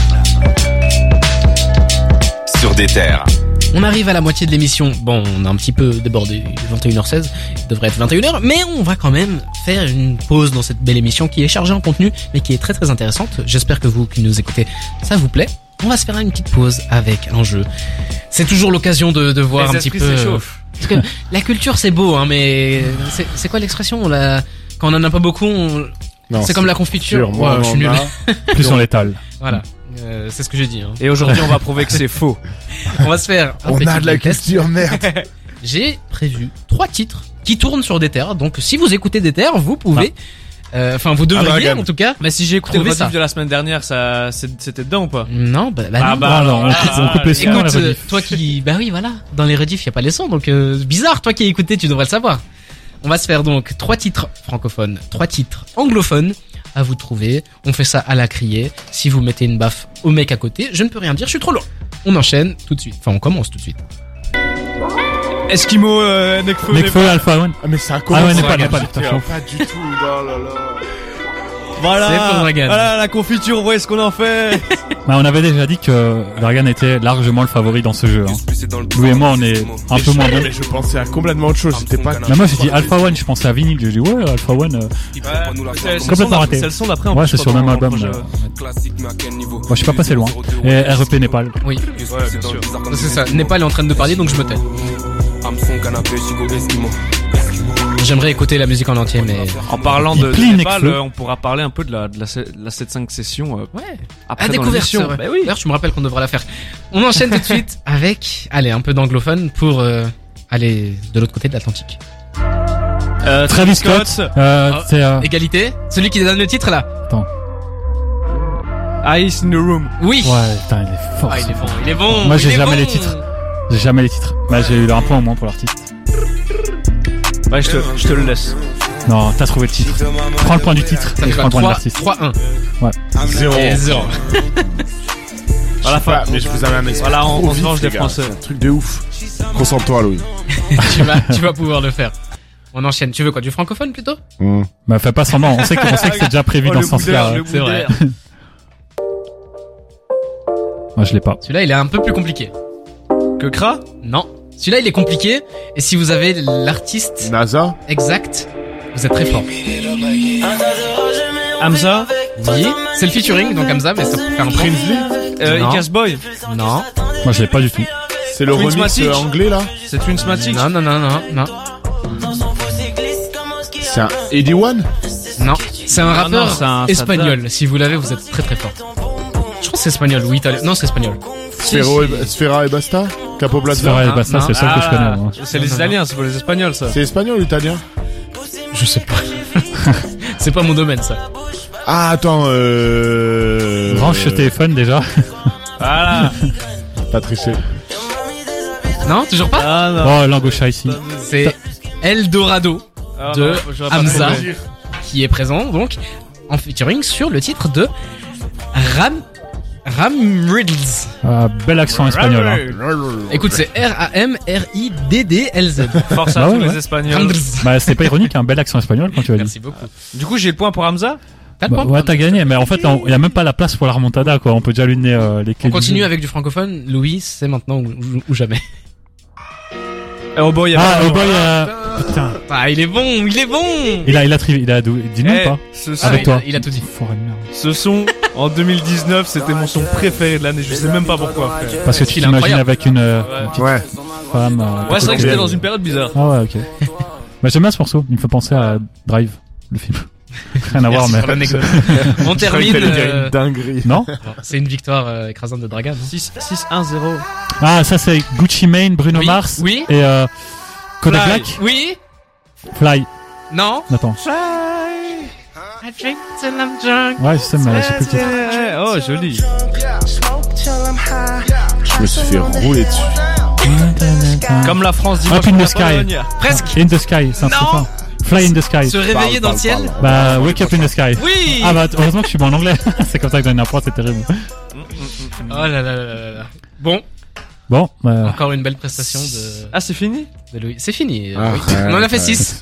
Speaker 1: Sur des terres.
Speaker 2: On arrive à la moitié de l'émission. Bon, on a un petit peu débordé, vingt et une heures seize, il devrait être vingt et une heures, mais on va quand même faire une pause dans cette belle émission qui est chargée en contenu, mais qui est très très intéressante. J'espère que vous qui nous écoutez, ça vous plaît. On va se faire une petite pause avec un jeu. C'est toujours l'occasion de, de voir
Speaker 6: Les
Speaker 2: un petit
Speaker 6: esprits
Speaker 2: peu...
Speaker 6: s'échauffent.
Speaker 2: Parce que la culture c'est beau, hein, mais c'est, c'est quoi l'expression la... Quand on en a pas beaucoup, on...
Speaker 3: Non,
Speaker 2: c'est comme la confiture.
Speaker 3: sûr, moi,
Speaker 2: Ouais,
Speaker 3: on
Speaker 2: je suis
Speaker 3: en
Speaker 2: nul.
Speaker 3: a.
Speaker 5: Plus on l'étale.
Speaker 2: Voilà, euh, c'est ce que j'ai dit. Hein.
Speaker 6: Et aujourd'hui, on va prouver que c'est faux.
Speaker 2: On va se faire un
Speaker 3: On
Speaker 2: petit
Speaker 3: a de la
Speaker 2: test.
Speaker 3: culture, merde.
Speaker 2: J'ai prévu trois titres qui tournent sur des terres. Donc si vous écoutez des terres, vous pouvez, euh, enfin vous devriez
Speaker 3: Dragon.
Speaker 2: en tout cas.
Speaker 6: Mais si j'ai écouté le
Speaker 2: Trouvez ça.
Speaker 6: rediff de la semaine dernière, ça, c'est- c'était dedans ou pas?
Speaker 2: Non, bah, bah
Speaker 6: Ah
Speaker 2: non.
Speaker 6: bah,
Speaker 5: Ah non, on coupe, on coupe les sons,
Speaker 2: Écoute,
Speaker 5: les
Speaker 2: euh,
Speaker 5: rediffs.
Speaker 2: toi qui, bah oui, voilà, dans les rediffs, y a pas les sons, donc euh, bizarre. Toi qui as écouté, tu devrais le savoir. On va se faire donc trois titres francophones, trois titres anglophones. À vous de trouver. On fait ça à la criée. Si vous mettez une baffe au mec à côté, je ne peux rien dire. Je suis trop loin. On enchaîne tout de suite. Enfin, on commence tout de suite.
Speaker 6: Eskimo, euh, Nekfeu,
Speaker 5: Nekfeu, Alpha One.
Speaker 3: Ah, mais ça a
Speaker 5: Ah ouais,
Speaker 3: commencé.
Speaker 5: Népal,
Speaker 3: à
Speaker 5: Népal,
Speaker 3: gâter,
Speaker 5: putain,
Speaker 3: hein, Pas du tout, oh là là.
Speaker 6: Voilà.
Speaker 2: C'est pour Dragan.
Speaker 6: Voilà la confiture, où est-ce qu'on en fait?
Speaker 5: Bah, on avait déjà dit que Dragan était largement le favori dans ce jeu. Hein. Louis et moi, on est un
Speaker 3: Mais
Speaker 5: peu
Speaker 3: je-
Speaker 5: moins bons.
Speaker 3: Mais je pensais à complètement autre chose. J'étais pas.
Speaker 5: Mais moi, j'ai dit Alpha One, je pensais à vinyle. J'ai dit ouais, Alpha One. euh,
Speaker 6: C'est- c'est
Speaker 5: Complètement
Speaker 6: le son
Speaker 5: raté.
Speaker 6: C'est le son d'après. en
Speaker 5: Ouais,
Speaker 6: plus,
Speaker 5: c'est
Speaker 6: je
Speaker 5: sur le
Speaker 6: crois,
Speaker 5: même
Speaker 6: dans
Speaker 5: album.
Speaker 6: projet.
Speaker 5: euh. Moi, je suis pas passé loin. Et R E P Népal.
Speaker 2: Oui,
Speaker 6: Ouais, bien sûr.
Speaker 2: c'est ça. Népal est en train de parler, donc je me tais. J'aimerais écouter la musique en entier, mais
Speaker 6: En parlant
Speaker 5: Il
Speaker 6: de, de
Speaker 5: plie
Speaker 6: Népal,
Speaker 5: Nekfeu.
Speaker 6: euh, on pourra parler un peu de la, de la, se- de la sept cinq session euh,
Speaker 2: ouais.
Speaker 6: après
Speaker 2: À
Speaker 6: dans
Speaker 2: découvert,
Speaker 6: l'émission.
Speaker 2: c'est vrai.
Speaker 6: Bah oui.
Speaker 2: D'ailleurs, tu me rappelles qu'on devrait la faire. On enchaîne tout de suite avec, allez, un peu d'anglophone pour euh, aller de l'autre côté de l'Atlantique.
Speaker 6: Euh,
Speaker 5: Travis Scott. Euh,
Speaker 2: Ah.
Speaker 5: c'est euh,
Speaker 2: Égalité. Celui qui donne le titre là.
Speaker 6: Ice in the Room.
Speaker 2: Oui.
Speaker 5: ouais, putain, il est fort.
Speaker 2: Ah, il
Speaker 5: ce
Speaker 2: est bon.
Speaker 5: gars.
Speaker 2: Il est bon.
Speaker 5: Moi, j'ai
Speaker 2: il est
Speaker 5: jamais
Speaker 2: bon.
Speaker 5: les titres. J'ai jamais les titres. Bah, j'ai eu un point au moins pour l'artiste.
Speaker 6: Ouais, je te, je te le laisse.
Speaker 5: Non, t'as trouvé le titre. Prends le point du titre
Speaker 2: Ça
Speaker 5: et
Speaker 2: fait
Speaker 5: je prends le point de
Speaker 2: trois,
Speaker 5: l'artiste.
Speaker 2: trois un.
Speaker 3: Zéro.
Speaker 2: Et zéro.
Speaker 6: À la fin.
Speaker 3: Mais je vous avais un esprit.
Speaker 6: Voilà, on-
Speaker 3: trop
Speaker 6: on se
Speaker 3: vif,
Speaker 6: venge
Speaker 3: les
Speaker 6: des
Speaker 3: gars.
Speaker 6: Français.
Speaker 3: C'est un truc de ouf. Concentre-toi, Louis.
Speaker 2: tu vas, tu vas pouvoir le faire. On enchaîne. Tu veux quoi, du francophone plutôt?
Speaker 3: Mmh.
Speaker 5: Bah, fais pas semblant. On sait que, on sait que c'est déjà prévu
Speaker 6: Oh,
Speaker 5: dans
Speaker 6: le
Speaker 5: ce sens-là.
Speaker 6: boudeur, le
Speaker 2: c'est vrai.
Speaker 6: boudeur.
Speaker 5: Moi, je l'ai pas.
Speaker 2: Celui-là, il est un peu plus compliqué.
Speaker 6: Que Kra?
Speaker 2: Non. Celui-là, il est compliqué. Et si vous avez l'artiste
Speaker 3: NASA.
Speaker 2: exact, vous êtes très fort.
Speaker 6: Hamza?
Speaker 2: Oui. C'est le featuring, donc Hamza, mais ça peut faire un prix.
Speaker 6: Euh,
Speaker 2: Non.
Speaker 6: Icas Boy?
Speaker 2: Non.
Speaker 5: Moi, je l'ai pas du tout.
Speaker 3: C'est le remix
Speaker 6: Twins-matic.
Speaker 3: euh, anglais là.
Speaker 6: C'est Twinsmatic?
Speaker 2: Non, non, non, non, non.
Speaker 3: C'est un Eddie One.
Speaker 2: Non. C'est un
Speaker 6: Ah
Speaker 2: rappeur
Speaker 6: non, c'est un- ça
Speaker 2: espagnol. Si vous l'avez, vous êtes très très fort. Je crois que c'est espagnol ou italien. Non, c'est espagnol.
Speaker 3: Sfero et, Sfera et Basta. Capo Plaza.
Speaker 5: Sfera et
Speaker 2: non,
Speaker 5: Basta,
Speaker 2: non.
Speaker 5: c'est le seul que je connais. moi.
Speaker 6: C'est les
Speaker 2: Non, non,
Speaker 6: Italiens, c'est pas les Espagnols, ça.
Speaker 3: C'est espagnol ou italien?
Speaker 2: Je sais pas. C'est pas mon domaine, ça.
Speaker 3: Ah attends. Euh...
Speaker 5: Branche ce téléphone déjà.
Speaker 6: Voilà.
Speaker 3: Pas tricher.
Speaker 2: Non, toujours pas.
Speaker 6: Ah non.
Speaker 5: Oh, l'angosha ici.
Speaker 2: C'est Eldorado
Speaker 6: Ah,
Speaker 2: de
Speaker 6: non, j'aurais pas
Speaker 2: Hamza
Speaker 6: trouvé.
Speaker 2: qui est présent, donc, en featuring sur le titre de Ram... Ram Riddles.
Speaker 5: Ah, bel accent espagnol. Hein.
Speaker 2: Écoute, c'est R A M R I D D L Z.
Speaker 6: Force à
Speaker 5: Bah
Speaker 6: tous
Speaker 5: ouais,
Speaker 6: les
Speaker 5: ouais.
Speaker 6: Espagnols.
Speaker 2: Hamza.
Speaker 5: Bah, c'est pas ironique, un bel accent espagnol quand tu as dit.
Speaker 2: Merci beaucoup.
Speaker 6: Du coup, j'ai le point pour Hamza.
Speaker 2: T'as le
Speaker 5: Bah,
Speaker 2: point
Speaker 5: ouais, t'as gagné, mais en fait, il y a même pas la place pour la remontada, quoi. On peut déjà lui donner euh, les clés.
Speaker 2: On
Speaker 5: du
Speaker 2: continue
Speaker 5: jeu.
Speaker 2: avec du francophone. Louis, c'est maintenant ou, ou- ou jamais.
Speaker 6: Eh, oh boy, il y a
Speaker 5: Ah,
Speaker 6: pas-
Speaker 5: oh boy, euh, putain.
Speaker 2: Ah, il est bon, il est bon.
Speaker 5: Il a, il a trivé, il a, dou- dis-nous
Speaker 6: Eh,
Speaker 5: ou pas?
Speaker 6: ce son,
Speaker 5: Avec
Speaker 2: il
Speaker 5: toi.
Speaker 2: a- il a tout dit.
Speaker 5: Foiré de merde.
Speaker 6: ce son, en deux mille dix-neuf, c'était mon son préféré de l'année. Je sais même pas pourquoi, frère.
Speaker 5: Parce que tu
Speaker 2: Il est
Speaker 5: t'imagines
Speaker 2: incroyable.
Speaker 5: avec une, euh,
Speaker 6: Ouais.
Speaker 5: une petite
Speaker 3: Ouais.
Speaker 5: femme. euh,
Speaker 6: Ouais, c'est vrai que
Speaker 5: côté.
Speaker 6: j'étais dans une période bizarre.
Speaker 5: Ah ouais, ok. Bah, j'aime bien ce morceau. Il me fait penser à Drive, le film. Rien à voir,
Speaker 2: Merci
Speaker 5: mais.
Speaker 2: pour l'anecdote. On termine. euh,
Speaker 3: une dinguerie.
Speaker 5: Non?
Speaker 2: C'est une victoire euh, écrasante de Dragan. hein.
Speaker 6: six un zéro.
Speaker 5: Ah, ça c'est Gucci Mane, Bruno
Speaker 2: Oui,
Speaker 5: Mars.
Speaker 2: oui.
Speaker 5: Et euh, Kodak
Speaker 6: Fly.
Speaker 5: Black.
Speaker 2: Oui.
Speaker 5: Fly.
Speaker 2: Non.
Speaker 5: Attends.
Speaker 2: I drink till I'm drunk.
Speaker 5: Ouais, je sais, mais j'ai plus le titre.
Speaker 6: Eh, oh, joli.
Speaker 3: Je me suis fait rouler dessus.
Speaker 5: Hein.
Speaker 6: Comme la France dimanche
Speaker 5: Up in
Speaker 6: contre
Speaker 5: the
Speaker 6: la
Speaker 5: sky.
Speaker 6: Pologne.
Speaker 2: Presque.
Speaker 5: In the sky, c'est un
Speaker 2: Non.
Speaker 5: truc. Hein. Fly in the sky.
Speaker 2: Se réveiller dans le ciel.
Speaker 5: Bah, wake up in the sky.
Speaker 2: Oui.
Speaker 5: Ah bah, heureusement que je suis bon en anglais. C'est comme ça que je donne un point, c'est terrible.
Speaker 2: Oh là là là là là. Bon,
Speaker 5: Bon, euh,
Speaker 2: encore une belle prestation de,
Speaker 6: Ah, c'est fini?
Speaker 2: de Louis. C'est fini.
Speaker 3: Ah,
Speaker 2: oui. On en a fait six.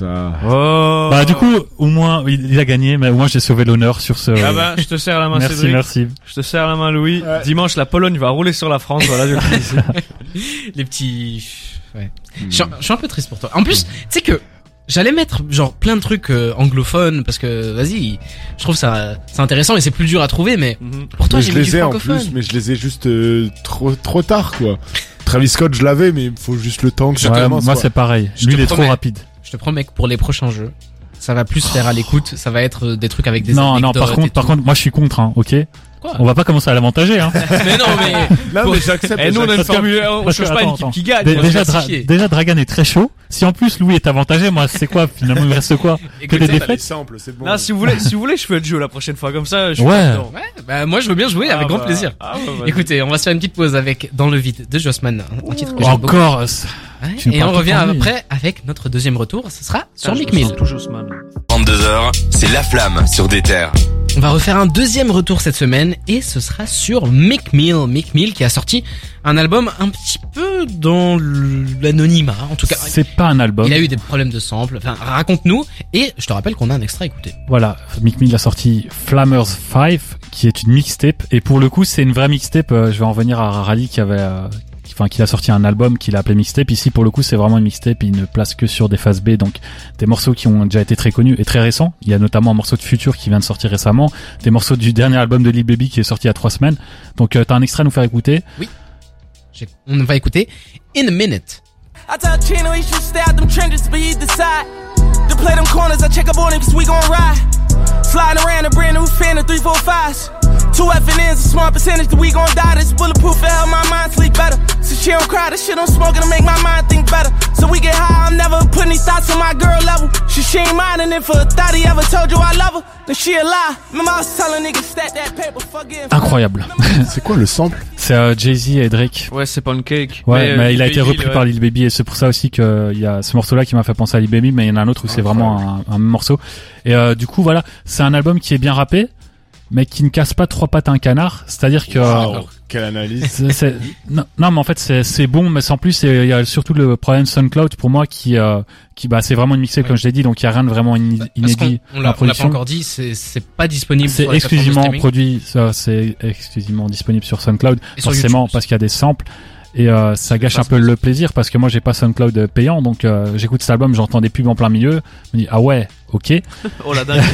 Speaker 6: Oh.
Speaker 5: bah, du coup, au moins, il, il a gagné, mais au moins j'ai sauvé l'honneur sur ce.
Speaker 6: Ah bah, je te serre la main,
Speaker 5: merci,
Speaker 6: Cédric.
Speaker 5: merci.
Speaker 6: Je te serre la main, Louis.
Speaker 3: Ouais.
Speaker 6: Dimanche, la Pologne va rouler sur la France. Voilà, je le dis ici.
Speaker 2: Les petits. Ouais. Je suis un- je suis un peu triste pour toi. En plus, tu sais que j'allais mettre genre plein de trucs euh, anglophones parce que vas-y, je trouve ça c'est intéressant et c'est plus dur à trouver. Mais
Speaker 6: Mhm.
Speaker 2: pour toi,
Speaker 3: Mais
Speaker 2: j'ai
Speaker 3: je
Speaker 2: mis du
Speaker 3: les ai en
Speaker 2: francophone.
Speaker 3: plus, mais je les ai juste euh, trop trop tard quoi. Travis Scott, je l'avais, mais il faut juste le temps que ça
Speaker 5: Ouais,
Speaker 3: commence.
Speaker 5: moi
Speaker 3: quoi.
Speaker 5: c'est pareil.
Speaker 2: Je
Speaker 5: Lui,
Speaker 2: te
Speaker 5: il est trop
Speaker 2: promets.
Speaker 5: rapide.
Speaker 2: Je te promets que pour les prochains jeux, ça va plus faire à l'écoute. Ça va être euh, des trucs avec des
Speaker 5: Non, non,
Speaker 2: anecdotes
Speaker 5: par contre,
Speaker 2: et
Speaker 5: par
Speaker 2: tout.
Speaker 5: contre, moi je suis contre, hein, ok?
Speaker 2: Quoi
Speaker 5: On va pas commencer à l'avantager, hein.
Speaker 2: Mais non, mais
Speaker 3: Non, mais j'accepte.
Speaker 6: Eh, nous, on a une
Speaker 5: Parce que-
Speaker 6: formule, on
Speaker 5: parce que,
Speaker 6: change pas une
Speaker 5: attends,
Speaker 6: équipe
Speaker 5: attends.
Speaker 6: qui gagne.
Speaker 5: Dé-
Speaker 2: on va
Speaker 5: déjà,
Speaker 2: se
Speaker 5: Dra-
Speaker 2: classifier.
Speaker 5: déjà, Dragan est très chaud. Si en plus Louis est avantagé, moi c'est quoi? Finalement, il me reste quoi? Que
Speaker 2: écoute,
Speaker 5: des
Speaker 2: ça,
Speaker 3: C'est
Speaker 5: défaites?
Speaker 3: simple, c'est bon.
Speaker 6: Non, si vous voulez, si vous voulez, je fais le jeu la prochaine fois. Comme ça, je suis
Speaker 5: Ouais.
Speaker 6: pas dedans.
Speaker 2: ouais, bah moi je veux bien jouer avec
Speaker 6: Ah
Speaker 2: grand
Speaker 6: bah,
Speaker 2: plaisir.
Speaker 6: ah ouais, vas-y.
Speaker 2: Écoutez, on va se faire une petite pause avec Dans le vide de Jossman, un titre que j'aime beaucoup.
Speaker 5: Encore. c'est-
Speaker 2: Ouais,
Speaker 5: tu nous
Speaker 2: et on
Speaker 5: parles
Speaker 2: revient
Speaker 5: tout le temps, lui.
Speaker 2: après avec notre deuxième retour. Ce sera sur
Speaker 6: Ah, je
Speaker 2: Mick
Speaker 6: me
Speaker 2: Mill.
Speaker 6: sens tout Jossman.
Speaker 1: trente-deux heures, c'est La Flamme sur des terres.
Speaker 2: On va refaire un deuxième retour cette semaine et ce sera sur Mick Mill. Mick Mill qui a sorti un album un petit peu dans l'anonymat. En tout cas,
Speaker 5: C'est pas un album.
Speaker 2: il a eu des problèmes de sample. Enfin, raconte-nous. Et je te rappelle qu'on a un extrait à écouter.
Speaker 5: Voilà, Mick Mill a sorti Flammers cinq, qui est une mixtape, et pour le coup, c'est une vraie mixtape. euh, je vais en revenir à Rally qui avait, euh, qui- enfin, qui a sorti un album qu'il a appelé mixtape. Ici, pour le coup, c'est vraiment une mixtape. Il ne place que sur des phases B, donc des morceaux qui ont déjà été très connus et très récents. Il y a notamment un morceau de Future qui vient de sortir récemment, des morceaux du dernier album de Lil Baby qui est sorti il y a trois semaines. Donc, euh, t'as un extrait à nous faire écouter.
Speaker 2: J'ai- On va écouter In a Minute.
Speaker 7: I tell Chino he should stay out them trenches, but he decide to play them corners. I check up on him cause we gon' ride. Sliding around a brand new fan of three, four, fives. Two F and N's, a small percentage that we gon' die. This bulletproof to help my mind sleep better. So she don't cry, this shit I'm smoking to make my mind think better. So we get high, I'm never putting these thoughts on my girl level. She, she ain't minding if a thought he ever told you I love her, then she a lie. Remember I was telling niggas stack that paper, forget.
Speaker 5: Incroyable.
Speaker 3: C'est quoi le sample?
Speaker 5: C'est euh, Jay-Z et Drake.
Speaker 6: Ouais, c'est Pancake.
Speaker 5: Ouais, mais,
Speaker 6: euh,
Speaker 5: il a
Speaker 6: Lil
Speaker 5: été
Speaker 6: Baby,
Speaker 5: repris
Speaker 6: ouais.
Speaker 5: par Lil Baby, et c'est pour ça aussi que il y a ce morceau-là qui m'a fait penser à Lil Baby, mais il y en a un autre où c'est vraiment un, un morceau. Et euh, du coup, voilà, c'est un album qui est bien rappé, mais qui ne casse pas trois pattes à un canard. C'est-à-dire que
Speaker 3: Wow, quelle analyse.
Speaker 5: c'est, c'est- non, non, mais en fait c'est c'est bon, mais sans plus. Et il y a surtout le problème SoundCloud pour moi qui euh, qui bah c'est vraiment une mixtape
Speaker 2: Ouais.
Speaker 5: comme je l'ai dit, donc il y a rien de vraiment iné-
Speaker 2: Parce
Speaker 5: inédit
Speaker 2: qu'on on
Speaker 5: en
Speaker 2: l'a on l'a pas
Speaker 5: production.
Speaker 2: encore dit, c'est c'est pas disponible
Speaker 5: C'est
Speaker 2: sur les plateformes de
Speaker 5: exclusivement
Speaker 2: streaming.
Speaker 5: produit, ça, c'est exclusivement disponible sur SoundCloud,
Speaker 2: Et sur
Speaker 5: forcément
Speaker 2: YouTube.
Speaker 5: parce qu'il y a des samples. Et euh, ça gâche
Speaker 2: pas
Speaker 5: un peu le plaisir parce que moi j'ai pas SoundCloud payant, donc euh, j'écoute cet album, j'entends des pubs en plein milieu, je me dis ah ouais, ok. Et
Speaker 6: Oh la dingue.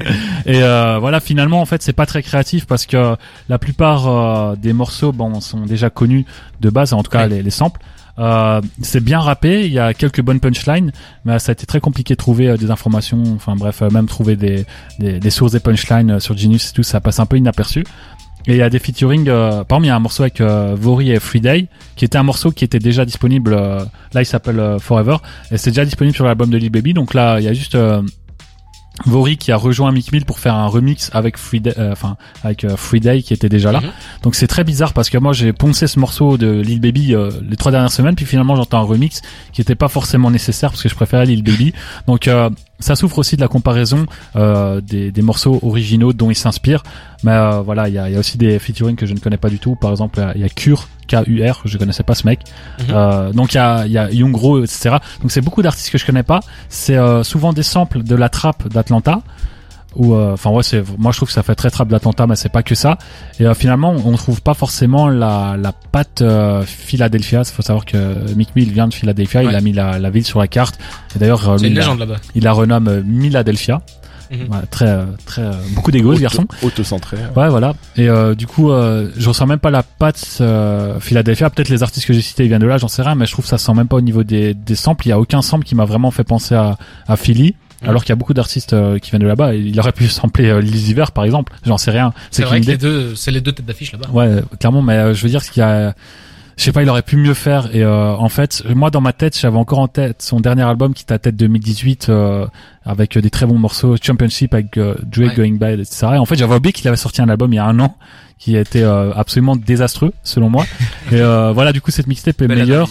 Speaker 5: euh, voilà, finalement en fait c'est pas très créatif parce que la plupart euh, des morceaux bon sont déjà connus de base, en tout cas
Speaker 2: Ouais.
Speaker 5: les, les samples. Euh, c'est bien rappé, il y a quelques bonnes punchlines, mais ça a été très compliqué de trouver euh, des informations, enfin bref, euh, même trouver des, des, des sources des punchlines euh, sur Genius et tout, ça passe un peu inaperçu. Et il y a des featuring, euh, par exemple il y a un morceau avec euh, Vori et Friday, qui était un morceau qui était déjà disponible, euh, là il s'appelle euh, Forever, et c'est déjà disponible sur l'album de Lil Baby, donc là il y a juste euh, Vori qui a rejoint Mick Mill pour faire un remix avec Friday, euh, enfin avec euh, Friday qui était déjà là.
Speaker 2: Mhm.
Speaker 5: Donc c'est très bizarre parce que moi j'ai poncé ce morceau de Lil Baby euh, les trois dernières semaines, puis finalement j'entends un remix qui était pas forcément nécessaire parce que je préférais Lil Baby. Donc euh, ça souffre aussi de la comparaison euh, des, des morceaux originaux dont il s'inspire. Mais euh, voilà, il y a, il y a aussi des featuring que je ne connais pas du tout. Par exemple, il y a Cure, K U R, je connaissais pas ce mec.
Speaker 2: Mhm.
Speaker 5: Euh, donc il y a, il y a Young Gro, et cetera. Donc c'est beaucoup d'artistes que je connais pas. C'est euh, souvent des samples de la trap d'Atlanta. Ou enfin ouais, c'est moi je trouve que ça fait très trap d'Atlanta, mais c'est pas que ça. Et euh, finalement, on trouve pas forcément la la patte euh, Philadelphia. Il faut savoir que Mick Mill vient de Philadelphia.
Speaker 2: Ouais.
Speaker 5: Il a mis la, la ville sur la carte. Et d'ailleurs, euh,
Speaker 2: C'est
Speaker 5: lui,
Speaker 2: une
Speaker 5: il, la,
Speaker 2: légende là-bas.
Speaker 5: il la renomme euh, Miladelphia.
Speaker 2: Mhm.
Speaker 5: Voilà, très euh, très euh, beaucoup d'égo ce garçon.
Speaker 3: Auto-centré.
Speaker 5: Ouais, voilà. Et euh, du coup, euh, je ressens même pas la patte euh, Philadelphia. Peut-être les artistes que j'ai cités ils viennent de là, j'en sais rien, mais je trouve que ça sent même pas au niveau des, des samples. Il y a aucun sample qui m'a vraiment fait penser à, à Philly.
Speaker 2: Mhm.
Speaker 5: Alors qu'il y a beaucoup d'artistes euh, qui viennent de là-bas. Il aurait pu sampler euh, Lil Ziver, par exemple. J'en sais rien.
Speaker 2: C'est
Speaker 5: qu'une
Speaker 2: vrai que
Speaker 5: idée.
Speaker 2: les deux, c'est les deux têtes d'affiche là-bas.
Speaker 5: Ouais, clairement. Mais euh, je veux dire ce qu'il y a. Je sais pas, il aurait pu mieux faire. Et euh, en fait, moi dans ma tête, j'avais encore en tête son dernier album qui date deux mille dix-huit euh, avec des très bons morceaux, Championship avec euh, Drake,
Speaker 2: Ouais.
Speaker 5: Going Bad, et cetera. Et en fait, j'avais oublié qu'il avait sorti un album il y a un an qui a été euh, absolument désastreux selon moi. Et euh, voilà, du coup, cette mixtape est
Speaker 6: Belle
Speaker 5: meilleure.
Speaker 6: analyse.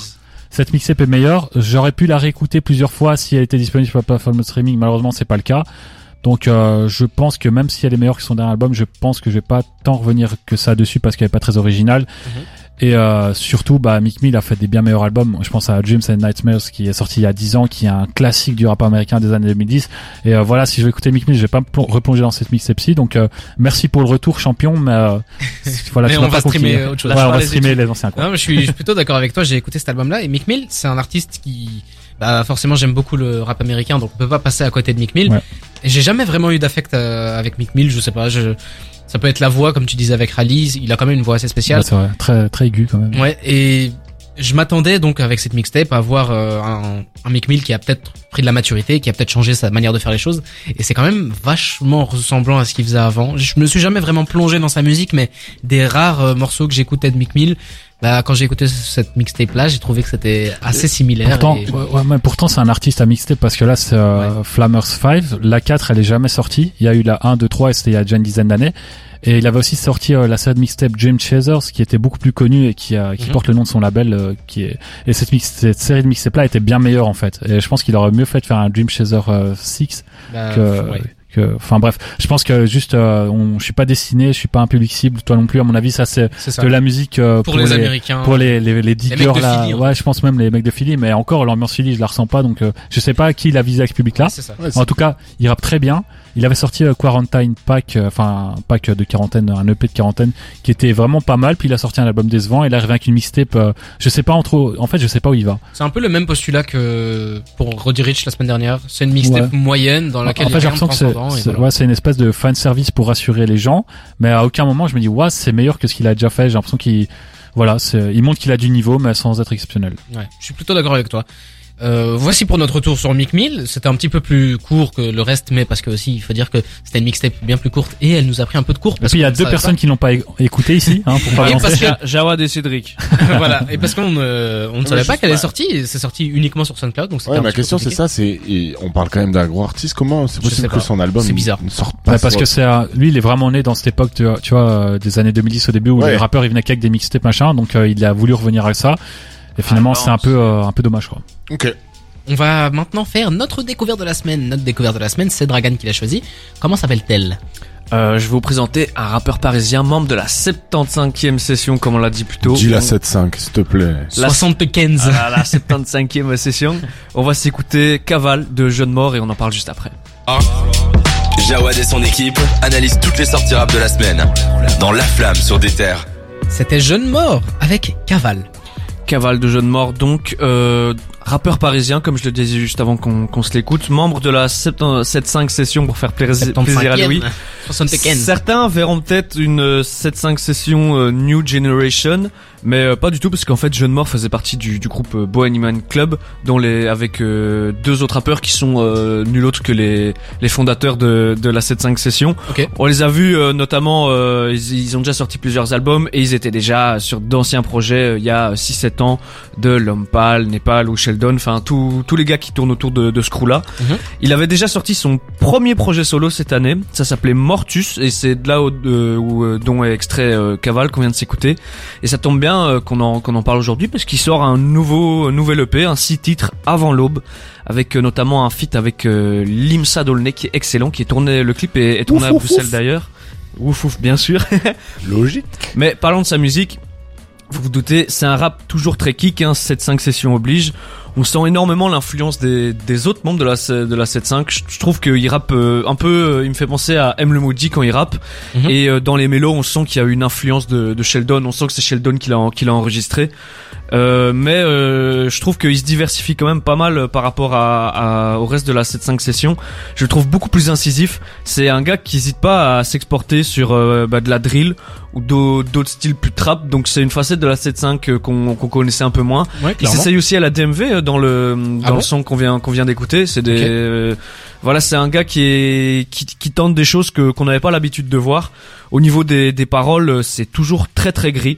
Speaker 5: cette mixtape est meilleure. J'aurais pu la réécouter plusieurs fois si elle était disponible sur la plateforme de streaming. Malheureusement, c'est pas le cas. Donc euh, je pense que même si elle est meilleure que son dernier album, je pense que je vais pas tant revenir que ça dessus parce qu'elle est pas très originale. Mm-hmm. Et euh, surtout, bah, Meek Mill a fait des bien meilleurs albums. Je pense à Dreams and Nightmares qui est sorti il y a dix ans, qui est un classique du rap américain des années deux mille dix. Et euh, voilà, si je vais écouter Meek Mill, je vais pas me plong- replonger dans cette mixtape-ci. Donc euh, merci pour le retour, champion. Mais euh, voilà,
Speaker 2: mais
Speaker 5: tu
Speaker 2: on
Speaker 5: m'as
Speaker 2: va
Speaker 5: pas
Speaker 2: streamer
Speaker 5: conquis.
Speaker 2: autre chose.
Speaker 5: Ouais, on va streamer les anciens. Quoi.
Speaker 2: Non, mais je suis, je suis plutôt d'accord avec toi. J'ai écouté cet album-là et Meek Mill, c'est un artiste qui, bah forcément, j'aime beaucoup le rap américain, donc on peut pas passer à côté de Meek Mill. Ouais. Et j'ai jamais vraiment eu d'affect euh, avec Meek Mill. Je sais pas. Je Ça peut être la voix, comme tu disais avec Rally, il a quand même une voix assez spéciale.
Speaker 5: Ouais, c'est vrai, très très aiguë quand même.
Speaker 2: Ouais, et je m'attendais donc avec cette mixtape à voir euh, un, un Meek Mill qui a peut-être pris de la maturité, qui a peut-être changé sa manière de faire les choses, et c'est quand même vachement ressemblant à ce qu'il faisait avant. Je me suis jamais vraiment plongé dans sa musique, mais des rares euh, morceaux que j'écoutais de Meek Mill, bah quand j'ai écouté cette mixtape là, j'ai trouvé que c'était assez similaire.
Speaker 5: Pourtant,
Speaker 2: et...
Speaker 5: ouais, ouais, mais pourtant c'est un artiste à mixtape parce que là c'est euh, ouais. Flammers cinq, la quatre elle est jamais sortie. Il y a eu la un, deux, trois et c'était il y a déjà une dizaine d'années. Et il avait aussi sorti euh, la série de mixtape Dream Chasers qui était beaucoup plus connue et qui, a, qui mm-hmm. porte le nom de son label euh, qui est et cette, mix, cette série de mixtape là était bien meilleure en fait. Et je pense qu'il aurait mieux fait de faire un Dream Chaser euh, six bah, que ouais. Enfin bref, je pense que juste, euh, on, je suis pas dessiné, je suis pas un public cible, toi non plus. À mon avis, ça c'est, c'est ça. De la musique euh,
Speaker 2: pour,
Speaker 5: pour
Speaker 2: les,
Speaker 5: les
Speaker 2: Américains,
Speaker 5: pour les les, les diggers
Speaker 2: les
Speaker 5: là.
Speaker 2: Philly,
Speaker 5: ouais, je pense même les mecs de Philly, mais encore l'ambiance Philly, je la ressens pas. Donc euh, je sais pas à qui il a visé avec ce public là. Ouais, en tout cas, il rappe très bien. Il avait sorti euh, Quarantine Pack, enfin euh, un pack de quarantaine, un E P de quarantaine qui était vraiment pas mal. Puis il a sorti un album décevant. Et là, il revient avec une mixtape. Euh, je sais pas entre, en fait, je sais pas où il va.
Speaker 2: C'est un peu le même postulat que pour Roddy Ricch la semaine dernière. C'est une mixtape ouais. moyenne dans laquelle
Speaker 5: en fait,
Speaker 2: il y a
Speaker 5: j'ai l'impression que c'est, c'est, voilà. ouais, c'est une espèce de fan service pour rassurer les gens. Mais à aucun moment, je me dis, ouais, c'est meilleur que ce qu'il a déjà fait. J'ai l'impression qu'il, voilà, c'est, il montre qu'il a du niveau, mais sans être exceptionnel.
Speaker 2: Ouais, je suis plutôt d'accord avec toi. Euh, voici pour notre retour sur Meek Mill. C'était un petit peu plus court que le reste, mais parce que aussi il faut dire que c'était une mixtape bien plus courte et elle nous a pris un peu de court.
Speaker 5: Parce et puis il y a deux personnes pas. qui n'ont pas écouté ici, hein, pour pas
Speaker 2: parce que
Speaker 6: Jawad et Cédric.
Speaker 2: Voilà. Et parce qu'on euh, on ne savait pas qu'elle est sortie. C'est sorti uniquement sur SoundCloud, donc c'était
Speaker 3: ouais, ma question c'est ça, c'est et on parle quand même d'un gros artiste. Comment c'est possible que son album
Speaker 2: c'est bizarre.
Speaker 3: ne sorte pas?
Speaker 5: Ouais, parce que c'est un, lui il est vraiment né dans cette époque, tu vois, tu vois des années deux mille dix au début où ouais. les rappeurs ils venaient qu'avec des mixtapes machin, donc euh, il a voulu revenir à ça. Et finalement ah, c'est un peu euh, un peu dommage quoi.
Speaker 3: Ok.
Speaker 2: On va maintenant faire notre découverte de la semaine. Notre découverte de la semaine, c'est Dragan qui l'a choisi. Comment s'appelle-t-elle ?
Speaker 6: Euh, je vais vous présenter un rappeur parisien, membre de la soixante-quinzième session, comme on l'a dit plus tôt.
Speaker 3: Dis la soixante-quinze, s'il te plaît.
Speaker 2: La soixante-quinze.
Speaker 6: Ah, la soixante-quinzième session. On va s'écouter Cavale de Jeune Mort et on en parle juste après.
Speaker 1: Ah. Jawad et son équipe analysent toutes les sorties rap de la semaine dans La Flamme sur des terres.
Speaker 2: C'était Jeune Mort avec Cavale.
Speaker 6: Cavale de Jeune Mort, donc euh, rappeur parisien, comme je le disais juste avant qu'on, qu'on se l'écoute, membre de la soixante-quinzième session pour faire plaisir, plaisir à Louis.
Speaker 2: soixante-quinze.
Speaker 6: Certains verront peut-être une soixante-quinzième session euh, New Generation, mais euh, pas du tout parce qu'en fait Jeune Mort faisait partie du, du groupe euh, Bohemian Club, dont les avec euh, deux autres rappeurs qui sont euh, nul autre que les les fondateurs de de la soixante-quinzième session.
Speaker 2: Okay.
Speaker 6: On les a vus euh, notamment, euh, ils, ils ont déjà sorti plusieurs albums et ils étaient déjà sur d'anciens projets euh, il y a six sept ans de L'Homme Pâle, Népal ou Sheldon, enfin tous tous les gars qui tournent autour de, de ce crew là. Mm-hmm. Il avait déjà sorti son premier projet solo cette année, ça s'appelait Mortus et c'est de là où, euh, où euh, dont est extrait euh, Cavale qu'on vient de s'écouter et ça tombe bien euh, qu'on en qu'on en parle aujourd'hui parce qu'il sort un nouveau un nouvel E P, un six titres avant l'aube avec euh, notamment un feat avec euh, Limsa Dolné qui est excellent, qui est tourné le clip est, est tourné ouf, à Bruxelles ouf. D'ailleurs. Ouf ouf bien sûr.
Speaker 3: Logique.
Speaker 6: Mais parlons de sa musique. Vous vous doutez, c'est un rap toujours très kick, hein, sept cinq sessions oblige. On sent énormément l'influence des, des autres membres de la, de la sept cinq. Je, je trouve qu'il rappe euh, un peu, euh, il me fait penser à M le Maudit quand il rappe. Mm-hmm. Et euh, dans les mélos, on sent qu'il y a une influence de, de Sheldon. On sent que c'est Sheldon qui l'a, qui l'a enregistré. Euh, mais euh, je trouve qu'il se diversifie quand même pas mal par rapport à, à au reste de la sept cinq session. Je le trouve beaucoup plus incisif. C'est un gars qui hésite pas à s'exporter sur euh, bah, de la drill ou d'autres styles plus trap. Donc c'est une facette de la sept cinq qu'on, qu'on connaissait un peu moins.
Speaker 2: Ouais,
Speaker 6: il s'essaye aussi à la D M V dans le dans ah le bon son qu'on vient qu'on vient d'écouter. C'est des okay. euh, voilà, c'est un gars qui est qui, qui tente des choses que qu'on n'avait pas l'habitude de voir. Au niveau des des paroles, c'est toujours très très gris.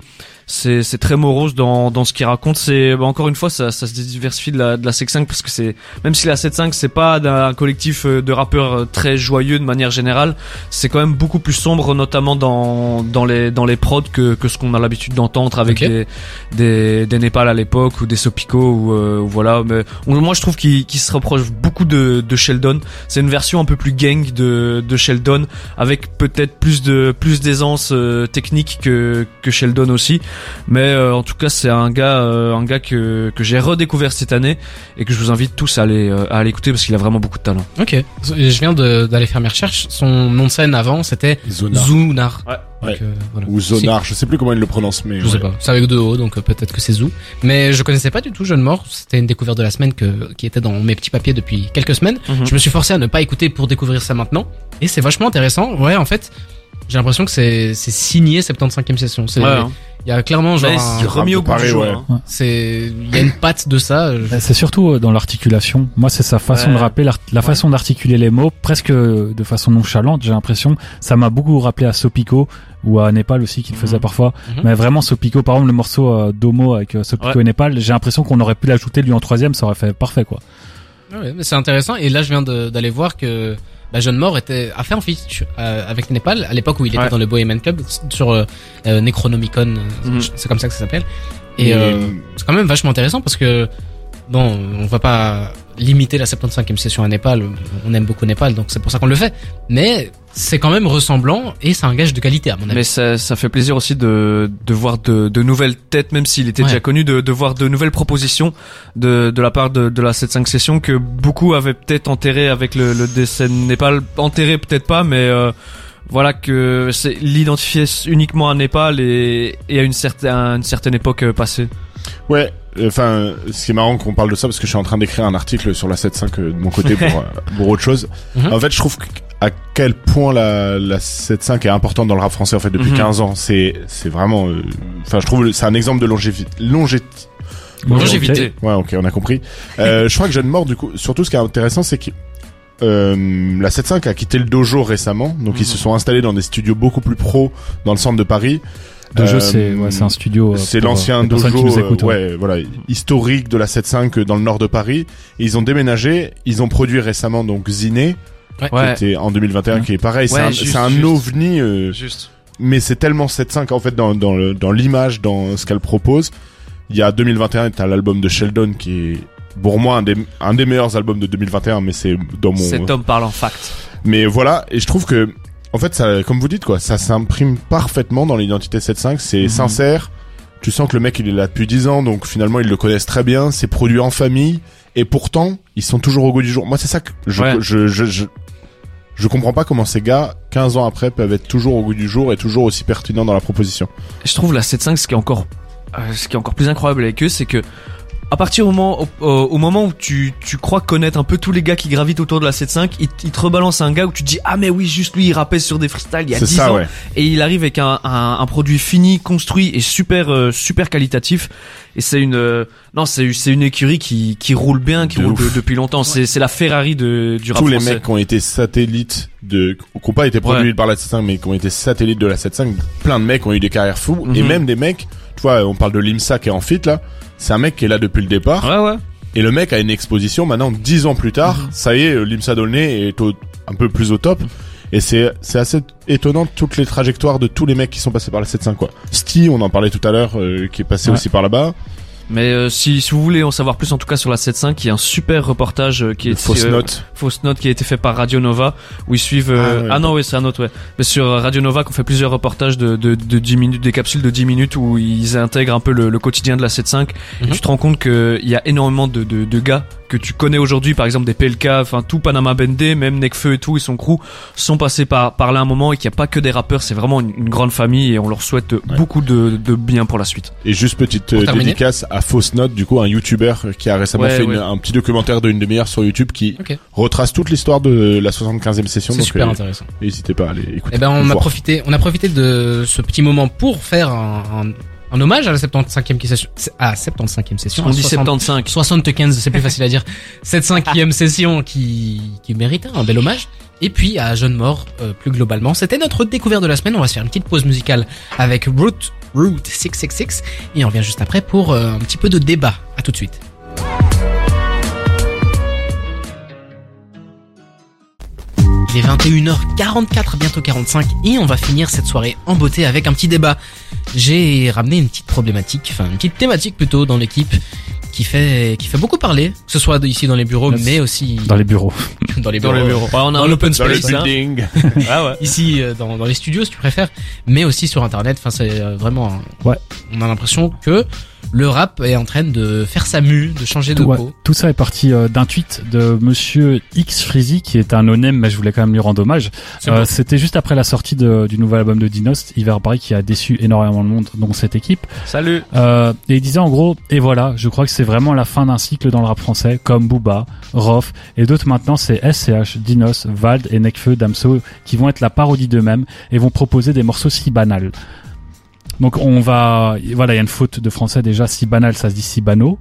Speaker 6: c'est c'est très morose dans dans ce qu'il raconte. C'est bah, encore une fois ça ça se diversifie de la de la C X cinq parce que c'est même si la sept cinq c'est pas d'un collectif de rappeurs très joyeux de manière générale, c'est quand même beaucoup plus sombre, notamment dans dans les dans les prods que que ce qu'on a l'habitude d'entendre avec
Speaker 2: okay.
Speaker 6: des des des Népal à l'époque ou des Sopico ou, euh, ou voilà. Mais on, moi je trouve qu'il qu'il se rapproche beaucoup de de Sheldon. C'est une version un peu plus gang de de Sheldon avec peut-être plus de plus d'aisance euh, technique que que Sheldon aussi. Mais euh, en tout cas c'est un gars euh, un gars que que j'ai redécouvert cette année et que je vous invite tous à aller euh, à aller écouter parce qu'il a vraiment beaucoup de talent.
Speaker 2: Ok, je viens de, d'aller faire mes recherches. Son nom de scène avant c'était
Speaker 3: Zonar.
Speaker 2: Zounar.
Speaker 3: Ouais.
Speaker 2: Donc,
Speaker 3: ouais.
Speaker 2: euh, voilà.
Speaker 3: Ou Zonar, je sais plus comment il le prononce, mais
Speaker 2: je
Speaker 3: ouais.
Speaker 2: sais pas. C'est avec deux O, donc euh, peut-être que c'est Zou. Mais je connaissais pas du tout Jeune Mort. C'était une découverte de la semaine que qui était dans mes petits papiers depuis quelques semaines.
Speaker 6: Mm-hmm.
Speaker 2: Je me suis forcé à ne pas écouter pour découvrir ça maintenant. Et c'est vachement intéressant. Ouais, en fait, j'ai l'impression que c'est c'est signé soixante-quinzième session. C'est
Speaker 6: Ouais, hein.
Speaker 2: il y a clairement genre
Speaker 6: Mais
Speaker 2: un-
Speaker 6: c'est remis au goût du
Speaker 3: pareil,
Speaker 6: jour.
Speaker 3: ouais.
Speaker 6: Hein.
Speaker 2: c'est il y a une patte de ça. Je-
Speaker 5: C'est surtout euh, dans l'articulation. Moi, c'est sa façon
Speaker 6: Ouais.
Speaker 5: de rapper, l'art- la façon d'articuler les mots, presque euh, de façon nonchalante, j'ai l'impression. Ça m'a beaucoup rappelé à Sopico ou à Népal aussi, qu'il faisait
Speaker 6: Mhm.
Speaker 5: parfois.
Speaker 2: Mhm.
Speaker 5: Mais vraiment, Sopico, par exemple, le morceau euh, d'Homo avec euh, Sopico
Speaker 6: Ouais.
Speaker 5: et Népal, j'ai l'impression qu'on aurait pu l'ajouter lui en troisième, ça aurait fait parfait, quoi.
Speaker 2: Ouais, mais c'est intéressant. Et là, je viens de- d'aller voir que bah, Jeune Mort était a fait un feat euh, avec Népal à l'époque où il était
Speaker 6: Ouais.
Speaker 2: dans le Bohemian Club sur euh, euh, Necronomicon, euh,
Speaker 6: Mhm.
Speaker 2: c'est comme ça que ça s'appelle. Et
Speaker 3: Mais-
Speaker 2: euh, c'est quand même vachement intéressant parce que bon, on va pas limiter la soixante-quinzième session à Népal. On aime beaucoup Népal, donc c'est pour ça qu'on le fait. Mais c'est quand même ressemblant et c'est un gage de qualité à mon avis.
Speaker 6: Mais ça, ça fait plaisir aussi de, de voir de, de nouvelles têtes, même s'il était
Speaker 2: Ouais.
Speaker 6: déjà connu, de, de voir de nouvelles propositions de, de la part de, de la sept cinq session que beaucoup avaient peut-être enterré avec le, le décès de Népal. Enterré peut-être pas, mais euh, voilà que c'est l'identifier uniquement à Népal et, et à une certaine, à une certaine époque euh, passée.
Speaker 3: Ouais, enfin, ce qui est marrant qu'on parle de ça parce que je suis en train d'écrire un article sur la sept cinq euh, de mon côté pour, euh, pour autre chose.
Speaker 2: Mhm.
Speaker 3: En fait, je trouve que- à quel point la, la sept cinq est importante dans le rap français en fait depuis
Speaker 6: Mhm.
Speaker 3: quinze ans. C'est, c'est vraiment, euh, enfin, je trouve c'est un exemple de longévité. Longévité.
Speaker 2: Longévité.
Speaker 3: Ouais, ok, on a compris. Euh, je crois que Jeune Mort, du coup, surtout ce qui est intéressant, c'est que euh, la sept cinq a quitté le dojo récemment, donc ils
Speaker 6: Mhm.
Speaker 3: se sont installés dans des studios beaucoup plus pro dans le centre de Paris.
Speaker 5: Dojo,
Speaker 3: Euh,
Speaker 5: c'est ouais, c'est un studio. euh,
Speaker 3: C'est
Speaker 5: pour,
Speaker 3: l'ancien
Speaker 5: euh, les personnes
Speaker 3: dojo,
Speaker 5: qui nous écoutent,
Speaker 3: euh,
Speaker 5: ouais.
Speaker 3: ouais, voilà, historique de la sept cinq dans le nord de Paris. Et ils ont déménagé, ils ont produit récemment donc Ziné,
Speaker 6: Ouais.
Speaker 3: qui était en deux mille vingt et un,
Speaker 5: Ouais.
Speaker 3: qui est pareil, c'est
Speaker 6: Ouais,
Speaker 3: un,
Speaker 6: juste,
Speaker 3: c'est un
Speaker 6: juste.
Speaker 3: ovni, euh,
Speaker 6: Juste.
Speaker 3: mais c'est tellement sept cinq en fait dans dans le, dans l'image, dans ce qu'elle propose. Il y a deux mille vingt et un, t'as l'album de Sheldon qui est pour moi un des un des meilleurs albums de deux mille vingt et un, mais c'est dans mon
Speaker 6: Cet homme parle en fact.
Speaker 3: mais voilà, et je trouve que, en fait, ça, comme vous dites, quoi, ça s'imprime parfaitement dans l'identité sept cinq. C'est
Speaker 6: Mhm.
Speaker 3: sincère. Tu sens que le mec, il est là depuis dix ans, donc finalement, ils le connaissent très bien. C'est produit en famille. Et pourtant, ils sont toujours au goût du jour. Moi, c'est ça que je,
Speaker 6: Ouais.
Speaker 3: je, je, je, je comprends pas comment ces gars, quinze ans après, peuvent être toujours au goût du jour et toujours aussi pertinents dans la proposition.
Speaker 6: Je trouve la sept cinq, ce qui est encore, euh, ce qui est encore plus incroyable avec eux, c'est que à partir du moment, au, au- au moment où tu, tu crois connaître un peu tous les gars qui gravitent autour de la sept cinq, il, il te rebalance un gars où tu te dis ah mais oui juste lui il rappait sur des freestyles il y a
Speaker 3: C'est
Speaker 6: dix
Speaker 3: ça,
Speaker 6: ans
Speaker 3: ouais.
Speaker 6: et il arrive avec un, un, un produit fini, construit et super euh, super qualitatif et c'est une euh, non c'est c'est une écurie qui qui roule bien, qui
Speaker 3: De
Speaker 6: roule
Speaker 3: ouf.
Speaker 6: de- depuis longtemps. C'est c'est la Ferrari de du rap
Speaker 3: Tous les
Speaker 6: français.
Speaker 3: mecs qui ont été satellites de, qui n'ont pas été produits
Speaker 6: Ouais.
Speaker 3: par la sept cinq, mais qui ont été satellites de la sept cinq, plein de mecs ont eu des carrières fous. Et
Speaker 6: Mhm.
Speaker 3: même des mecs, tu vois, on parle de Limsa qui est en fit, là. C'est un mec qui est là depuis le départ.
Speaker 6: Ouais ouais.
Speaker 3: Et le mec a une exposition maintenant, dix ans plus tard.
Speaker 6: Mhm.
Speaker 3: Ça y est, Limsa Dolné est au, un peu plus au top. Et c'est, c'est assez étonnant toutes les trajectoires de tous les mecs qui sont passés par la sept cinq, quoi. Sty, on en parlait tout à l'heure, euh, qui est passé
Speaker 5: Ouais.
Speaker 3: aussi par là-bas.
Speaker 6: Mais euh, si si vous voulez en savoir plus en tout cas sur la sept cinq, il y a un super reportage euh, qui est
Speaker 3: Fausse
Speaker 6: euh,
Speaker 3: note.
Speaker 6: Fausse note qui a été fait par Radio Nova où ils suivent euh,
Speaker 3: Ah,
Speaker 6: ah,
Speaker 3: ouais.
Speaker 6: non oui c'est un autre ouais mais sur euh, Radio Nova qu'on fait plusieurs reportages de, de, de dix minutes, des capsules de dix minutes où ils intègrent un peu le, le quotidien de la sept cinq.
Speaker 2: Mhm.
Speaker 6: Et tu te rends compte que il y a énormément de, de, de gars que tu connais aujourd'hui, par exemple des P L K, enfin tout Panama Bendé, même Nekfeu et tout et son crew sont passés par par là un moment et qu'il n'y a pas que des rappeurs, c'est vraiment une, une grande famille et on leur souhaite
Speaker 3: Ouais.
Speaker 6: beaucoup de, de bien pour la suite.
Speaker 3: Et juste petite
Speaker 2: Pour
Speaker 3: euh,
Speaker 2: terminer.
Speaker 3: dédicace à Fausse Note, du coup, un YouTuber qui a récemment
Speaker 6: Ouais,
Speaker 3: fait
Speaker 6: ouais.
Speaker 3: une- un petit documentaire de une demi-heure sur YouTube qui
Speaker 2: Ok.
Speaker 3: retrace toute l'histoire de la soixante-quinzième session.
Speaker 2: C'est
Speaker 3: donc,
Speaker 2: super
Speaker 3: euh,
Speaker 2: intéressant.
Speaker 3: n'hésitez pas à aller écouter.
Speaker 2: Eh ben, on a
Speaker 3: Voir.
Speaker 2: profité, on a profité de ce petit moment pour faire un, un en hommage à la soixante-quinzième session, à soixante-quinzième session.
Speaker 6: On dit
Speaker 2: soixante
Speaker 6: soixante-quinze.
Speaker 2: soixante-quinze, c'est plus facile à dire. Cette cinquième session qui, qui méritait un bel hommage. Et puis à Jeune Mort, euh, plus globalement. C'était notre découverte de la semaine. On va se faire une petite pause musicale avec Route, Route six six six. Et on revient juste après pour euh, un petit peu de débat. À tout de suite. Il est vingt et une heures quarante-quatre, bientôt quarante-cinq, et on va finir cette soirée en beauté avec un petit débat. J'ai ramené une petite problématique, enfin une petite thématique plutôt dans l'équipe qui fait qui fait beaucoup parler, que ce soit ici dans les bureaux, mais aussi
Speaker 5: Dans les bureaux.
Speaker 2: dans les
Speaker 6: Dans
Speaker 2: bureaux,
Speaker 6: les bureaux. Ouais, on a
Speaker 2: dans
Speaker 6: un
Speaker 2: l'open
Speaker 6: open
Speaker 3: Dans les
Speaker 2: space, hein.
Speaker 3: buildings.
Speaker 6: Ah ouais.
Speaker 2: Ici euh, dans dans les studios si tu préfères, mais aussi sur internet. Enfin c'est euh, vraiment. un-
Speaker 5: Ouais.
Speaker 2: On a l'impression que le rap est en train de faire sa mue, de changer de
Speaker 5: Tout, ouais,
Speaker 2: peau.
Speaker 5: tout ça est parti euh, d'un tweet de monsieur X Freezy, qui est un no-name, mais je voulais quand même lui rendre hommage.
Speaker 2: C'est
Speaker 5: Euh,
Speaker 2: bon.
Speaker 5: C'était juste après la sortie de, du nouvel album de Dinos, Hiver Paris, qui a déçu énormément de monde, dont cette équipe.
Speaker 6: Salut.
Speaker 5: Euh, et il disait en gros, et voilà, je crois que c'est vraiment la fin d'un cycle dans le rap français, comme Booba, Rof, et d'autres maintenant, c'est S C H, Dinos, Vald et Nekfeu, Damso, qui vont être la parodie d'eux-mêmes et vont proposer des morceaux si banals. Donc on va, voilà, il y a une faute de français déjà, si banal, ça se dit si banaux.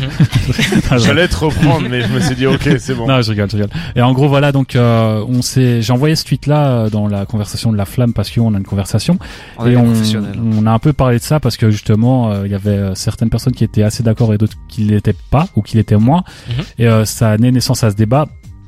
Speaker 2: Mhm.
Speaker 3: J'allais te reprendre, mais je me suis dit, ok, c'est bon.
Speaker 5: Non, je rigole, je rigole. Et en gros, voilà, donc euh, on s'est, j'ai envoyé ce tweet-là euh, dans la conversation de la Flamme parce qu'on a une conversation
Speaker 6: On est
Speaker 5: et
Speaker 6: des
Speaker 5: on,
Speaker 6: professionnels.
Speaker 5: on a un peu parlé de ça parce que justement, euh, il y avait euh, certaines personnes qui étaient assez d'accord et d'autres qui l'étaient pas ou qui l'étaient moins.
Speaker 2: Mhm.
Speaker 5: Et euh, ça a né naissance à ce débat.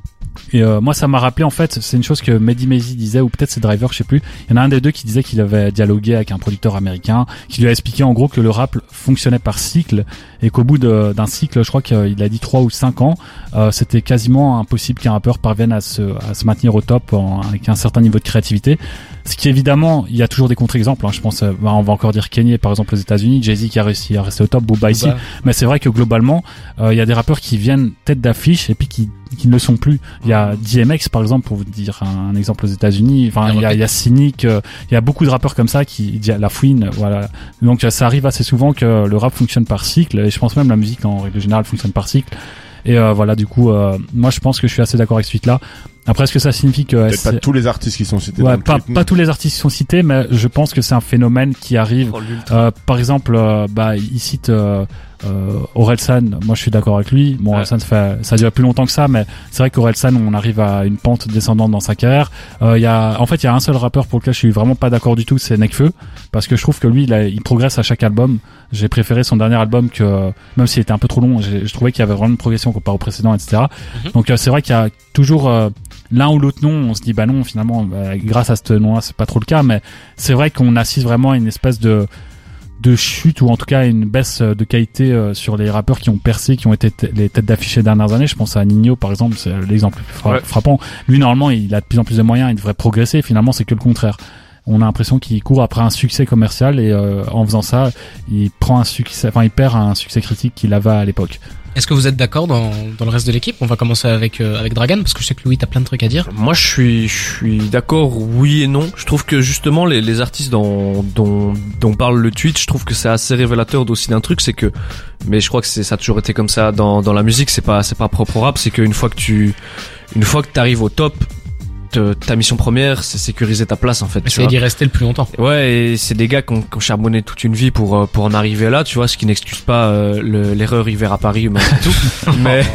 Speaker 5: Et euh, moi, ça m'a rappelé, en fait, c'est une chose que Mehdi Maizi disait, ou peut-être c'est Driver, je sais plus. Il y en a un des deux qui disait qu'il avait dialogué avec un producteur américain, qui lui a expliqué en gros que le rap fonctionnait par cycle, et qu'au bout de- d'un cycle, je crois qu'il a dit trois ou cinq ans, euh, c'était quasiment impossible qu'un rappeur parvienne à se, à se maintenir au top en- avec un certain niveau de créativité. Ce qui évidemment, il y a toujours des contre-exemples. Hein. Je pense, euh, bah, on va encore dire Kanye, par exemple, aux États-Unis, Jay-Z qui a réussi à rester au top, Booba ici.
Speaker 2: Booba.
Speaker 5: Mais c'est vrai que globalement, euh, il y a des rappeurs qui viennent tête d'affiche et puis qui, qui ne le sont plus. Il y a D M X par exemple, pour vous dire un, un exemple aux États-Unis. Enfin, il y a, il y a Cynic, euh, il y a beaucoup de rappeurs comme ça qui, il y a La Fouine, voilà. Donc euh, ça arrive assez souvent que le rap fonctionne par cycle et je pense même la musique en règle générale fonctionne par cycle. Et euh, voilà, du coup, euh, moi je pense que je suis assez d'accord avec ce tweet-là. Après, est-ce que ça signifie que
Speaker 3: Peut-être
Speaker 5: c'est-
Speaker 3: pas tous les artistes qui sont cités dans
Speaker 5: ouais,
Speaker 3: le
Speaker 5: pas,
Speaker 3: clip.
Speaker 5: pas tous les artistes sont cités, mais je pense que c'est un phénomène qui arrive.
Speaker 6: Oh, l'ultra.
Speaker 5: Euh, par exemple, euh, bah, il cite euh, euh, Orelsan. Moi, je suis d'accord avec lui. Bon,
Speaker 6: Ouais.
Speaker 5: Orelsan, ça fait, ça dure plus longtemps que ça, mais c'est vrai qu'Orelsan, on arrive à une pente descendante dans sa carrière. Euh, Il y a, en fait, il y a un seul rappeur pour lequel je suis vraiment pas d'accord du tout, c'est Nekfeu, parce que je trouve que lui, il, a- il progresse à chaque album. J'ai préféré son dernier album que, même s'il était un peu trop long, j'ai- je trouvais qu'il y avait vraiment une progression comparé au précédent, et cetera.
Speaker 2: Mhm.
Speaker 5: Donc, euh, c'est vrai qu'il y a toujours euh, l'un ou l'autre nom. On se dit bah non, finalement, bah, grâce à ce nom-là, c'est pas trop le cas, mais c'est vrai qu'on assiste vraiment à une espèce de de chute ou en tout cas une baisse de qualité euh, sur les rappeurs qui ont percé, qui ont été t- les têtes d'affiche ces dernières années. Je pense à Nino par exemple, c'est l'exemple le plus fra-
Speaker 6: Ouais.
Speaker 5: frappant. Lui normalement il a de plus en plus de moyens, il devrait progresser. Finalement c'est que le contraire. On a l'impression qu'il court après un succès commercial et euh, en faisant ça, il prend un succès, enfin il perd un succès critique qu'il avait à l'époque.
Speaker 2: Est-ce que vous êtes d'accord dans, dans le reste de l'équipe? On va commencer avec, euh, avec Dragan, parce que je sais que Louis, t'as plein de trucs à dire.
Speaker 6: Moi, je suis, je suis d'accord, oui et non. Je trouve que justement les, les artistes dont, dont, dont parle le tweet, je trouve que c'est assez révélateur aussi d'un truc, c'est que, mais je crois que c'est, ça a toujours été comme ça dans, dans la musique. C'est pas, c'est pas propre au rap. C'est qu'une fois que tu, une fois que t'arrives au top, te- ta mission première, c'est sécuriser ta place en fait. tu
Speaker 2: Essayez
Speaker 6: vois.
Speaker 2: d'y rester le plus longtemps.
Speaker 6: Ouais, et c'est des gars qui ont, qui ont charbonné toute une vie pour euh, pour en arriver là, tu vois, ce qui n'excuse pas euh, le- l'erreur hiver à Paris, mais c'est tout. mais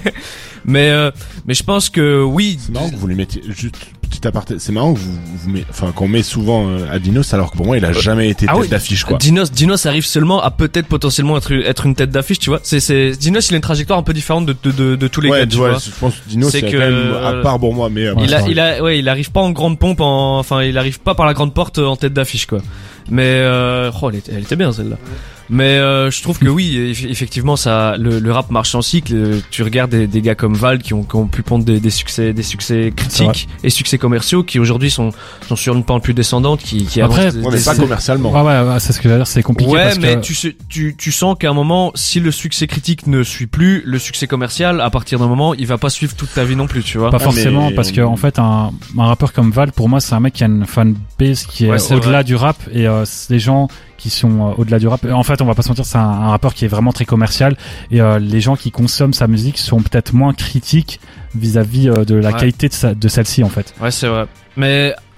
Speaker 6: mais euh, mais je pense que oui.
Speaker 3: C'est marrant que vous les mettiez juste petit aparté. C'est marrant que vous, vous met, enfin qu'on met souvent euh, à Dinos, alors que pour moi il a jamais été
Speaker 6: Ah
Speaker 3: tête
Speaker 6: oui.
Speaker 3: d'affiche quoi.
Speaker 6: Dinos, Dinos arrive seulement à peut-être potentiellement être être une tête d'affiche, tu vois. C'est c'est Dinos, il a une trajectoire un peu différente de de de, de tous les
Speaker 3: ouais,
Speaker 6: gars,
Speaker 3: tu
Speaker 6: tu
Speaker 3: vois,
Speaker 6: vois.
Speaker 3: je pense que Dinos
Speaker 6: C'est
Speaker 3: c'est
Speaker 6: que,
Speaker 3: quand même à
Speaker 6: euh,
Speaker 3: part pour moi, mais euh,
Speaker 5: Ouais,
Speaker 6: Il
Speaker 5: c'est
Speaker 6: a,
Speaker 5: vrai.
Speaker 6: il a, ouais, il arrive pas en grande pompe, en, enfin, il arrive pas par la grande porte en tête d'affiche, quoi. Mais, euh, oh, elle était, elle était bien, celle-là. Mais, euh, je trouve que oui, eff- effectivement, ça, le, le rap marche en cycle. Tu regardes des, des gars comme Val qui ont, qui ont pu pondre des, des succès, des succès critiques et succès commerciaux qui aujourd'hui sont, sont sur une pente plus descendante, qui, qui
Speaker 5: Après,
Speaker 6: avancent des-
Speaker 3: ouais, mais
Speaker 6: des-
Speaker 3: pas commercialement.
Speaker 5: Ouais, ouais, ouais, c'est ce que j'allais dire, c'est compliqué
Speaker 6: Ouais,
Speaker 5: parce
Speaker 6: mais
Speaker 5: que
Speaker 6: tu, sais- tu, tu sens qu'à un moment, si le succès critique ne suit plus, le succès commercial, à partir d'un moment, il va pas suivre toute ta vie non plus, tu vois.
Speaker 5: pas
Speaker 3: Ah,
Speaker 5: forcément,
Speaker 3: mais
Speaker 5: parce que
Speaker 3: on-
Speaker 5: en fait un, un rappeur comme Val, pour moi, c'est un mec qui a une fanbase qui est,
Speaker 6: Ouais, c'est
Speaker 5: au-delà
Speaker 6: vrai.
Speaker 5: du rap et euh, c'est des gens qui sont euh, au-delà du rap. En fait, on va pas se mentir, c'est un, un rappeur qui est vraiment très commercial et euh, les gens qui consomment sa musique sont peut-être moins critiques vis-à-vis euh, de la
Speaker 6: Ouais.
Speaker 5: qualité de, sa, de celle-ci en fait.
Speaker 6: Ouais, c'est vrai. Mais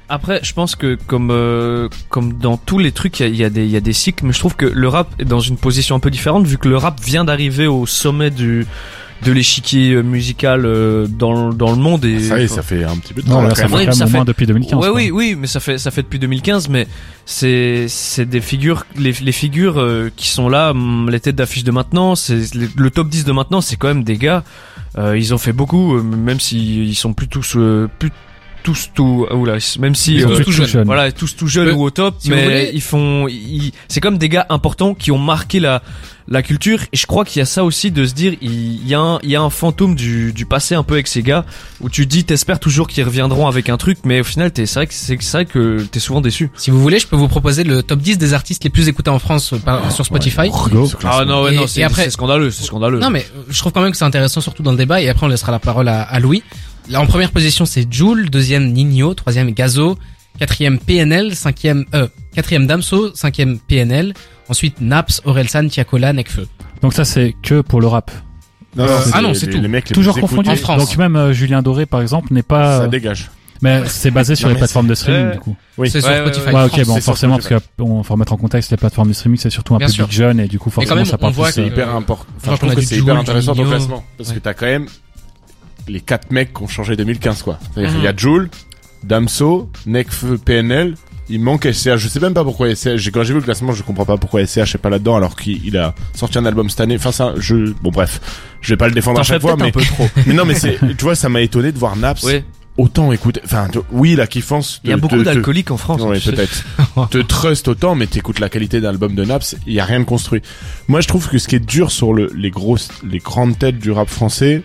Speaker 6: Après, je pense que comme euh, comme dans tous les trucs, il y a, il y a des il y a des cycles, mais je trouve que le rap est dans une position un peu différente vu que le rap vient d'arriver au sommet du de l'échiquier musical euh, dans dans le monde et
Speaker 3: Ça y est, ça fait un petit peu de
Speaker 5: Non,
Speaker 3: temps.
Speaker 5: là,
Speaker 3: là,
Speaker 5: ça
Speaker 3: quand
Speaker 5: fait
Speaker 3: même.
Speaker 6: Oui,
Speaker 5: quand
Speaker 6: ça
Speaker 5: même au
Speaker 6: fait-
Speaker 5: moins depuis deux mille quinze.
Speaker 6: Ouais,
Speaker 5: quoi.
Speaker 6: oui, oui, mais ça fait ça fait depuis deux mille quinze, mais c'est c'est des figures, les les figures euh, qui sont là, hum, les têtes d'affiche de maintenant, c'est le, le top dix de maintenant, c'est quand même des gars. Euh, ils ont fait beaucoup, euh, même si ils sont plus tous euh, plus tous tout, ah, oula, même si
Speaker 5: Ils sont
Speaker 6: euh,
Speaker 5: plus
Speaker 2: tout
Speaker 5: tout
Speaker 2: jeunes.
Speaker 5: jeunes.
Speaker 6: voilà, tous tout jeunes
Speaker 2: Le-
Speaker 6: ou au top,
Speaker 2: si vous
Speaker 6: mais
Speaker 2: voulez-
Speaker 6: ils font, ils, c'est comme des gars importants qui ont marqué la la culture. Et je crois qu'il y a ça aussi de se dire, il y a un, il y a un fantôme du du passé un peu avec ces gars où tu te dis, t'espères toujours qu'ils reviendront avec un truc, mais au final, t'es, c'est vrai que c'est, c'est vrai que t'es souvent déçu.
Speaker 2: Si vous voulez, je peux vous proposer le top dix des artistes les plus écoutés en France euh, par- sur Spotify.
Speaker 5: Go.
Speaker 6: Ah non, ouais,
Speaker 2: Et-
Speaker 6: non,
Speaker 2: et
Speaker 6: c'est,
Speaker 2: après-
Speaker 6: c'est scandaleux, c'est scandaleux.
Speaker 2: Non mais euh, je trouve quand même que c'est intéressant surtout dans le débat et après on laissera la parole à, à Louis. Là en première position c'est Jul, deuxième Nino, troisième Gazo, quatrième P N L, cinquième euh, quatrième Damso, cinquième P N L, ensuite Naps, Orelsan, Tiakola, Nekfeu.
Speaker 5: Donc ça c'est que pour le rap.
Speaker 3: Non, non,
Speaker 2: Ah non,
Speaker 3: les-
Speaker 2: c'est
Speaker 3: les-
Speaker 2: tout.
Speaker 3: Les mecs les
Speaker 5: Toujours
Speaker 3: plus
Speaker 5: confondu.
Speaker 3: écoutés,
Speaker 2: En France.
Speaker 5: Donc même euh, Julien Doré par exemple n'est pas.
Speaker 3: ça
Speaker 5: euh,
Speaker 3: dégage.
Speaker 5: Mais c'est basé sur
Speaker 3: Non,
Speaker 5: les
Speaker 3: mais
Speaker 5: plateformes de streaming
Speaker 6: Ouais.
Speaker 5: du coup.
Speaker 3: Oui.
Speaker 2: C'est sur
Speaker 6: Ouais, ouais,
Speaker 2: Spotify.
Speaker 6: ouais.
Speaker 5: Ouais,
Speaker 2: France.
Speaker 5: ok, bon,
Speaker 3: c'est sur
Speaker 5: forcément, parce
Speaker 3: Spotify.
Speaker 5: qu'on faut remettre en contexte, les plateformes de streaming, c'est surtout un
Speaker 2: Bien
Speaker 5: public
Speaker 2: sûr.
Speaker 5: jeune, et du coup, forcément,
Speaker 2: même,
Speaker 5: ça
Speaker 2: on
Speaker 5: parle
Speaker 2: voit
Speaker 5: plus.
Speaker 3: C'est
Speaker 2: que-
Speaker 5: euh,
Speaker 3: hyper important.
Speaker 2: je crois
Speaker 3: Enfin, je
Speaker 2: qu'on a
Speaker 3: trouve que
Speaker 2: du
Speaker 3: c'est
Speaker 2: Jul,
Speaker 3: hyper
Speaker 2: du
Speaker 3: intéressant ton
Speaker 2: Nino.
Speaker 3: classement. Parce
Speaker 2: Ouais.
Speaker 3: que t'as quand même les quatre mecs qui ont changé deux mille quinze, quoi. C'est-à-dire
Speaker 2: Mhm.
Speaker 3: qu'il y a Jul, Damso, Nekfeu, P N L. Il manque S C H. Je sais même pas pourquoi S C H. J'ai- Quand j'ai vu le classement, je comprends pas pourquoi S C H est pas là-dedans alors qu'il il a sorti un album cette année. Enfin, ça, je, bon, bref. Je vais pas le défendre
Speaker 6: T'en
Speaker 3: à
Speaker 6: fais
Speaker 3: chaque fois,
Speaker 6: peut-être
Speaker 3: mais,
Speaker 6: un peu trop.
Speaker 3: mais non, mais c'est, tu vois, ça m'a étonné de voir Naps
Speaker 6: Ouais.
Speaker 3: autant écouter. Enfin, tu- oui, la kiffance.
Speaker 6: Il y a
Speaker 3: te-
Speaker 6: beaucoup
Speaker 3: te- te-
Speaker 6: d'alcooliques en France.
Speaker 3: Ouais,
Speaker 6: Je-
Speaker 3: peut-être. te trust autant, mais t'écoutes la qualité d'un album de Naps, il y a rien de construit. Moi, je trouve que ce qui est dur sur le, les grosses, les grandes têtes du rap français,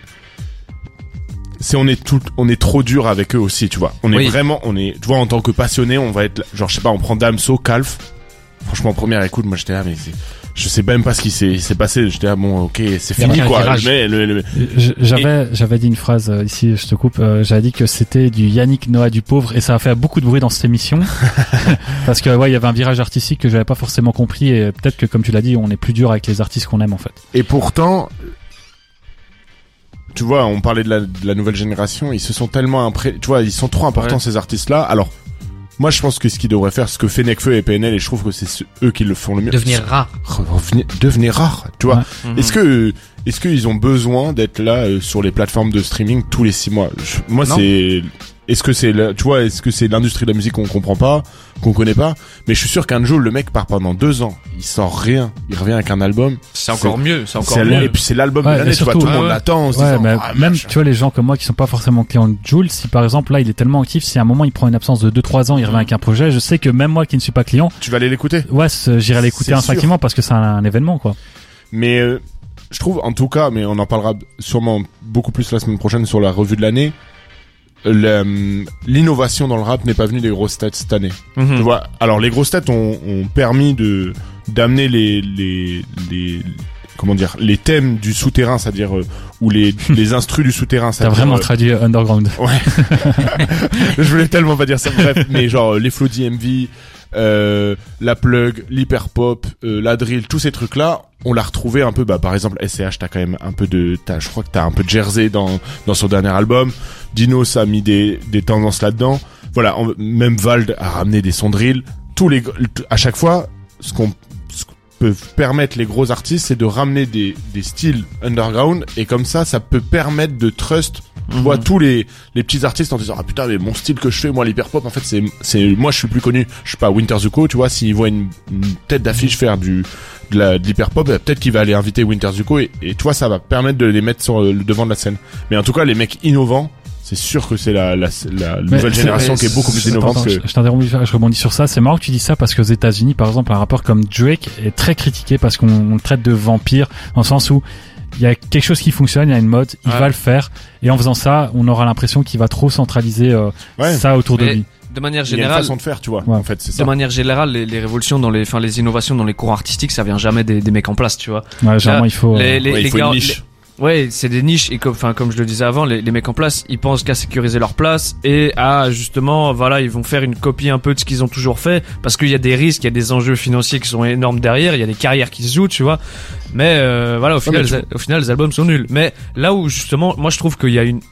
Speaker 3: c'est on est tout, on est trop dur avec eux aussi, tu vois. On est
Speaker 6: Oui.
Speaker 3: vraiment, on est, tu vois, en tant que passionné, on va être, là- genre, je sais pas, on prend Damso, Calf. Franchement, première écoute, moi, j'étais là, mais c'est, je sais même pas ce qui s'est, s'est passé. J'étais là, bon, ok, c'est
Speaker 2: Il y a
Speaker 3: fini,
Speaker 2: un
Speaker 3: quoi.
Speaker 2: virage.
Speaker 3: Mais le- le-
Speaker 5: J- J'avais, j'avais dit une phrase euh, ici, je te coupe. euh, J'avais dit que c'était du Yannick Noah du pauvre, et ça a fait beaucoup de bruit dans cette émission parce que ouais, il y avait un virage artistique que j'avais pas forcément compris, et peut-être que comme tu l'as dit, on est plus dur avec les artistes qu'on aime en fait.
Speaker 3: Et pourtant, tu vois, on parlait de la, de la nouvelle génération, ils se sont tellement impré... tu vois, ils sont trop importants,
Speaker 6: Ouais.
Speaker 3: ces artistes-là. Alors, moi, je pense que ce qu'ils devraient faire, ce que fait Nekfeu et P N L, et je trouve que c'est ce- eux qui le font le mieux.
Speaker 2: Devenir rare.
Speaker 3: Revenir, devenir rare, tu vois.
Speaker 5: Ouais.
Speaker 6: Mhm.
Speaker 3: Est-ce que, est-ce qu'ils ont besoin d'être là euh, sur les plateformes de streaming tous les six mois? Je- Moi,
Speaker 2: Non.
Speaker 3: c'est, est-ce que c'est, la- tu vois, est-ce que c'est l'industrie de la musique qu'on comprend pas, qu'on connaît pas? Mais je suis sûr qu'un jour, le mec part pendant deux ans, il sort rien, il revient avec un album.
Speaker 6: C'est encore mieux, c'est encore
Speaker 3: C'est-
Speaker 6: mieux.
Speaker 3: et puis c'est l'album
Speaker 5: Ouais,
Speaker 3: de l'année,
Speaker 5: et
Speaker 3: tu vois,
Speaker 5: surtout-
Speaker 3: tout le monde
Speaker 6: ouais, ouais.
Speaker 3: l'attend en se
Speaker 5: Ouais,
Speaker 3: disant,
Speaker 5: mais
Speaker 3: ah,
Speaker 5: même
Speaker 3: machin.
Speaker 5: tu vois les gens comme moi qui sont pas forcément clients de Jules, si par exemple là il est tellement actif, si à un moment il prend une absence de deux trois ans, il revient avec un projet, je sais que même moi qui ne suis pas client,
Speaker 3: Tu vas aller l'écouter.
Speaker 5: ouais, c'est- j'irai l'écouter
Speaker 3: C'est
Speaker 5: instinctivement parce que c'est un, un événement quoi.
Speaker 3: Mais euh, je trouve, en tout cas, mais on en parlera sûrement beaucoup plus la semaine prochaine sur la revue de l'année. le- L'innovation dans le rap n'est pas venue des grosses têtes cette année.
Speaker 6: Mhm.
Speaker 3: Tu vois, alors les grosses têtes ont, ont permis de d'amener les les les comment dire les thèmes du souterrain, c'est-à-dire euh, ou les les instrus du souterrain.
Speaker 5: T'as
Speaker 3: c'est-à-dire,
Speaker 5: vraiment
Speaker 3: euh,
Speaker 5: traduit underground.
Speaker 3: je voulais tellement pas dire ça. Bref, mais genre euh, les flow D M V, euh, la plug, l'hyper pop, euh, la drill, tous ces trucs là, on l'a retrouvé un peu. Bah par exemple S C H, t'as quand même un peu de, t'as, je crois que t'as un peu de Jersey dans dans son dernier album. Dinos a mis des des tendances là-dedans. Voilà, on- même Vald a ramené des sons drill. Tous les à chaque fois, ce qu'on ce que peuvent permettre les gros artistes, c'est de ramener des des styles underground, et comme ça, ça peut permettre de trust. Tu vois, tous les, les petits artistes en disant, ah putain, mais mon style que je fais, moi, l'hyper pop, en fait, c'est, c'est, moi, je suis plus connu. Je sais pas, Winter Zuko, tu vois, s'il voit une, une tête d'affiche faire du, de la, de l'hyper pop, bah, peut-être qu'il va aller inviter Winter Zuko, et, et tu vois, ça va permettre de les mettre sur le devant de la scène. Mais en tout cas, les mecs innovants, c'est sûr que c'est la, la, la nouvelle
Speaker 5: c'est-
Speaker 3: génération
Speaker 6: mais
Speaker 3: qui est beaucoup plus
Speaker 5: Attends,
Speaker 3: innovante
Speaker 5: attends,
Speaker 3: que...
Speaker 5: je, je t'interromps, je rebondis sur ça. C'est marrant que tu dis ça parce qu'aux États-Unis, par exemple, un rappeur comme Drake est très critiqué parce qu'on on le traite de vampire, dans le sens où il y a quelque chose qui fonctionne, il y a une mode, il
Speaker 6: Ouais.
Speaker 5: va le faire, et en faisant ça, on aura l'impression qu'il va trop centraliser euh,
Speaker 3: Ouais.
Speaker 5: ça autour de
Speaker 6: Mais
Speaker 5: lui.
Speaker 6: de manière
Speaker 3: Il y a une
Speaker 6: générale,
Speaker 3: façon de faire, tu vois.
Speaker 5: Ouais.
Speaker 3: En fait, c'est
Speaker 6: de
Speaker 3: ça.
Speaker 6: manière générale, les, les révolutions dans les, enfin les innovations dans les courants artistiques, ça vient jamais des, des mecs en place, tu vois.
Speaker 5: Ouais, généralement,
Speaker 6: Là,
Speaker 5: il faut. euh,
Speaker 6: Les, les,
Speaker 3: Ouais, il
Speaker 6: les
Speaker 3: faut
Speaker 6: gars,
Speaker 3: une niche.
Speaker 6: les- ouais, c'est des niches et comme, enfin comme je le disais avant, les, les mecs en place, ils pensent qu'à sécuriser leur place et à justement, voilà, ils vont faire une copie un peu de ce qu'ils ont toujours fait parce qu'il y a des risques, il y a des enjeux financiers qui sont énormes derrière, il y a des carrières qui se jouent, tu vois. Mais euh, voilà, au final,
Speaker 3: mais tu-
Speaker 6: les, au final, les albums sont nuls. Mais là où justement, moi je trouve qu'il y a une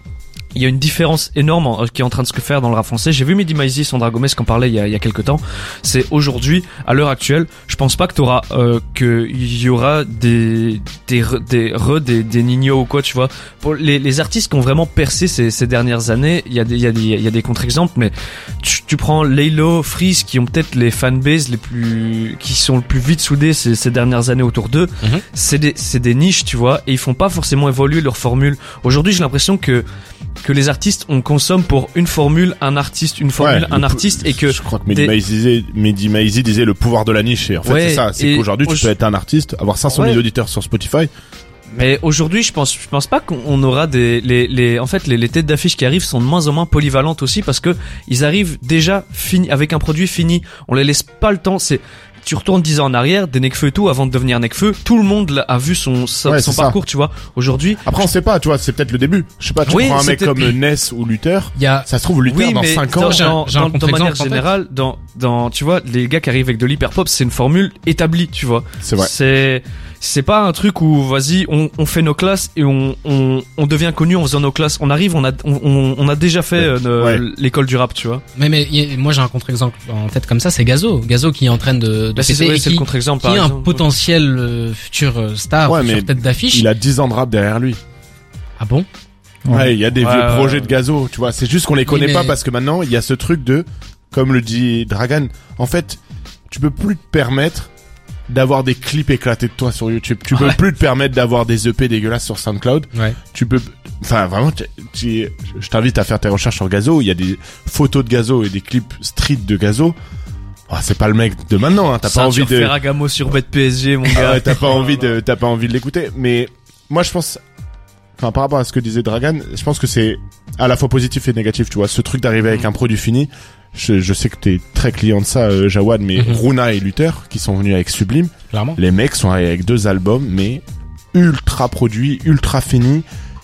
Speaker 6: il y a une différence énorme en, qui est en train de se faire dans le rap français. J'ai vu Mehdi Maizi, Sandra Gomez qui en parlait il y a, il y a quelques temps. C'est aujourd'hui, à l'heure actuelle, je pense pas que t'auras, euh, que il y aura des, des, des, re, des, des Nino ou quoi, tu vois. Pour les, les artistes qui ont vraiment percé ces, ces dernières années, il y a des, il y a des, il y a des contre-exemples, mais tu, tu prends Laylo, Freeze, qui ont peut-être les fanbases les plus, qui sont le plus vite soudés ces, ces dernières années autour d'eux. Mm-hmm. C'est des, c'est des niches, tu vois, et ils font pas forcément évoluer leur formule. Aujourd'hui, j'ai l'impression que que les artistes on consomme pour une formule, un artiste, une formule, ouais, un artiste, et que
Speaker 3: je crois que Mehdi Maizi disait, Mehdi Maizi disait le pouvoir de la niche. Et en fait, ouais, c'est ça, c'est qu'aujourd'hui tu peux être un artiste, avoir cinq cent mille ouais. auditeurs sur Spotify.
Speaker 6: Mais aujourd'hui, je pense, je pense pas qu'on aura des, les, les, en fait, les, les têtes d'affiche qui arrivent sont de moins en moins polyvalentes aussi parce que ils arrivent déjà fini, avec un produit fini. On les laisse pas le temps. C'est, tu retournes dix ans en arrière, des Nekfeu et tout, avant de devenir Nekfeu, tout le monde a vu son, son, ouais, son parcours, ça. Tu vois. Aujourd'hui.
Speaker 3: Après, on sait pas, tu vois, c'est peut-être le début. Je sais pas, tu oui, prends un mec comme Ness ou Luther. Il y a, ça se trouve, Luther, oui, dans cinq ans.
Speaker 6: Dans, dans, dans manière générale, dans, dans, tu vois, les gars qui arrivent avec de l'hyperpop, c'est une formule établie, tu vois.
Speaker 3: C'est vrai.
Speaker 6: C'est, c'est pas un truc où, vas-y, on, on fait nos classes et on, on, on devient connu en faisant nos classes. On arrive, on a, on, on a déjà fait ouais. euh, ouais. l'école du rap, tu vois.
Speaker 2: Mais, mais, y a, moi, j'ai un contre-exemple en tête comme ça, c'est Gazo. Gazo qui est en train de, de
Speaker 6: bah, c'est, c'est, c'est le contre-exemple,
Speaker 2: qui est un potentiel euh, futur star,
Speaker 3: ouais,
Speaker 2: futur tête d'affiche.
Speaker 3: Il a dix ans de rap derrière lui.
Speaker 2: Ah bon?
Speaker 3: Ouais, il y a des ouais, vieux ouais, projets ouais. de Gazo, tu vois. C'est juste qu'on les connaît oui, mais... pas parce que maintenant, il y a ce truc de, comme le dit Dragan, en fait, tu peux plus te permettre d'avoir des clips éclatés de toi sur YouTube. Tu peux ouais. plus te permettre d'avoir des E P dégueulasses sur SoundCloud.
Speaker 2: Ouais.
Speaker 3: Tu peux, enfin, vraiment, tu, tu, je t'invite à faire tes recherches sur Gazo. Il y a des photos de Gazo et des clips street de Gazo. Oh, c'est pas le mec de maintenant, hein. T'as
Speaker 6: ça,
Speaker 3: pas envie de...
Speaker 6: Ferragamo sur Bet P S G, mon gars.
Speaker 3: Ouais, t'as pas envie de, t'as pas envie de l'écouter. Mais, moi, je pense, enfin, par rapport à ce que disait Dragan, je pense que c'est à la fois positif et négatif, tu vois. Ce truc d'arriver avec un produit fini. Je, je sais que t'es très client de ça, euh, Jawad, mais mm-hmm. Runa et Luther, qui sont venus avec Sublime.
Speaker 2: Clairement.
Speaker 3: Les mecs sont arrivés avec deux albums, mais ultra produits, ultra finis.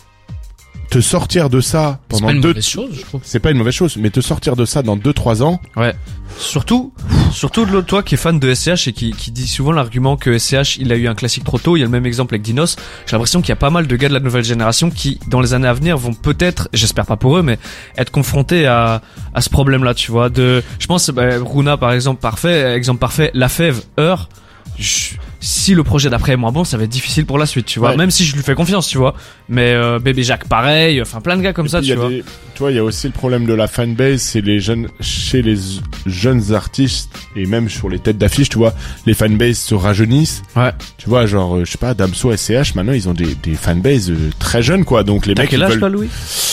Speaker 3: Te sortir de ça pendant
Speaker 2: deux,
Speaker 3: deux,
Speaker 2: chose, je trouve.
Speaker 3: C'est pas une mauvaise chose, mais te sortir de ça dans deux, trois ans.
Speaker 6: Ouais. Surtout, surtout de l'autre, toi qui est fan de S C H et qui, qui dit souvent l'argument que S C H, il a eu un classique trop tôt. Il y a le même exemple avec Dinos. J'ai l'impression qu'il y a pas mal de gars de la nouvelle génération qui, dans les années à venir, vont peut-être, j'espère pas pour eux, mais être confrontés à, à ce problème-là, tu vois. De, je pense, bah, Runa, par exemple, parfait, exemple parfait, La Fève, Heure. Je, si le projet d'après est moins bon, ça va être difficile pour la suite, tu vois. Ouais. Même si je lui fais confiance, tu vois. Mais euh, Bébé Jacques, pareil. Enfin, plein de gars comme ça, tu vois. Des,
Speaker 3: tu vois, il y a aussi le problème de la fanbase, c'est les jeunes, chez les jeunes artistes et même sur les têtes d'affiche, tu vois, les fanbases se rajeunissent.
Speaker 6: Ouais.
Speaker 3: Tu vois, genre, je sais pas, Damso, S C H, maintenant ils ont des, des fanbases euh, très jeunes, quoi. Donc les
Speaker 6: T'as
Speaker 3: mecs.
Speaker 6: Quel âge,
Speaker 3: veulent...
Speaker 6: toi, Louis?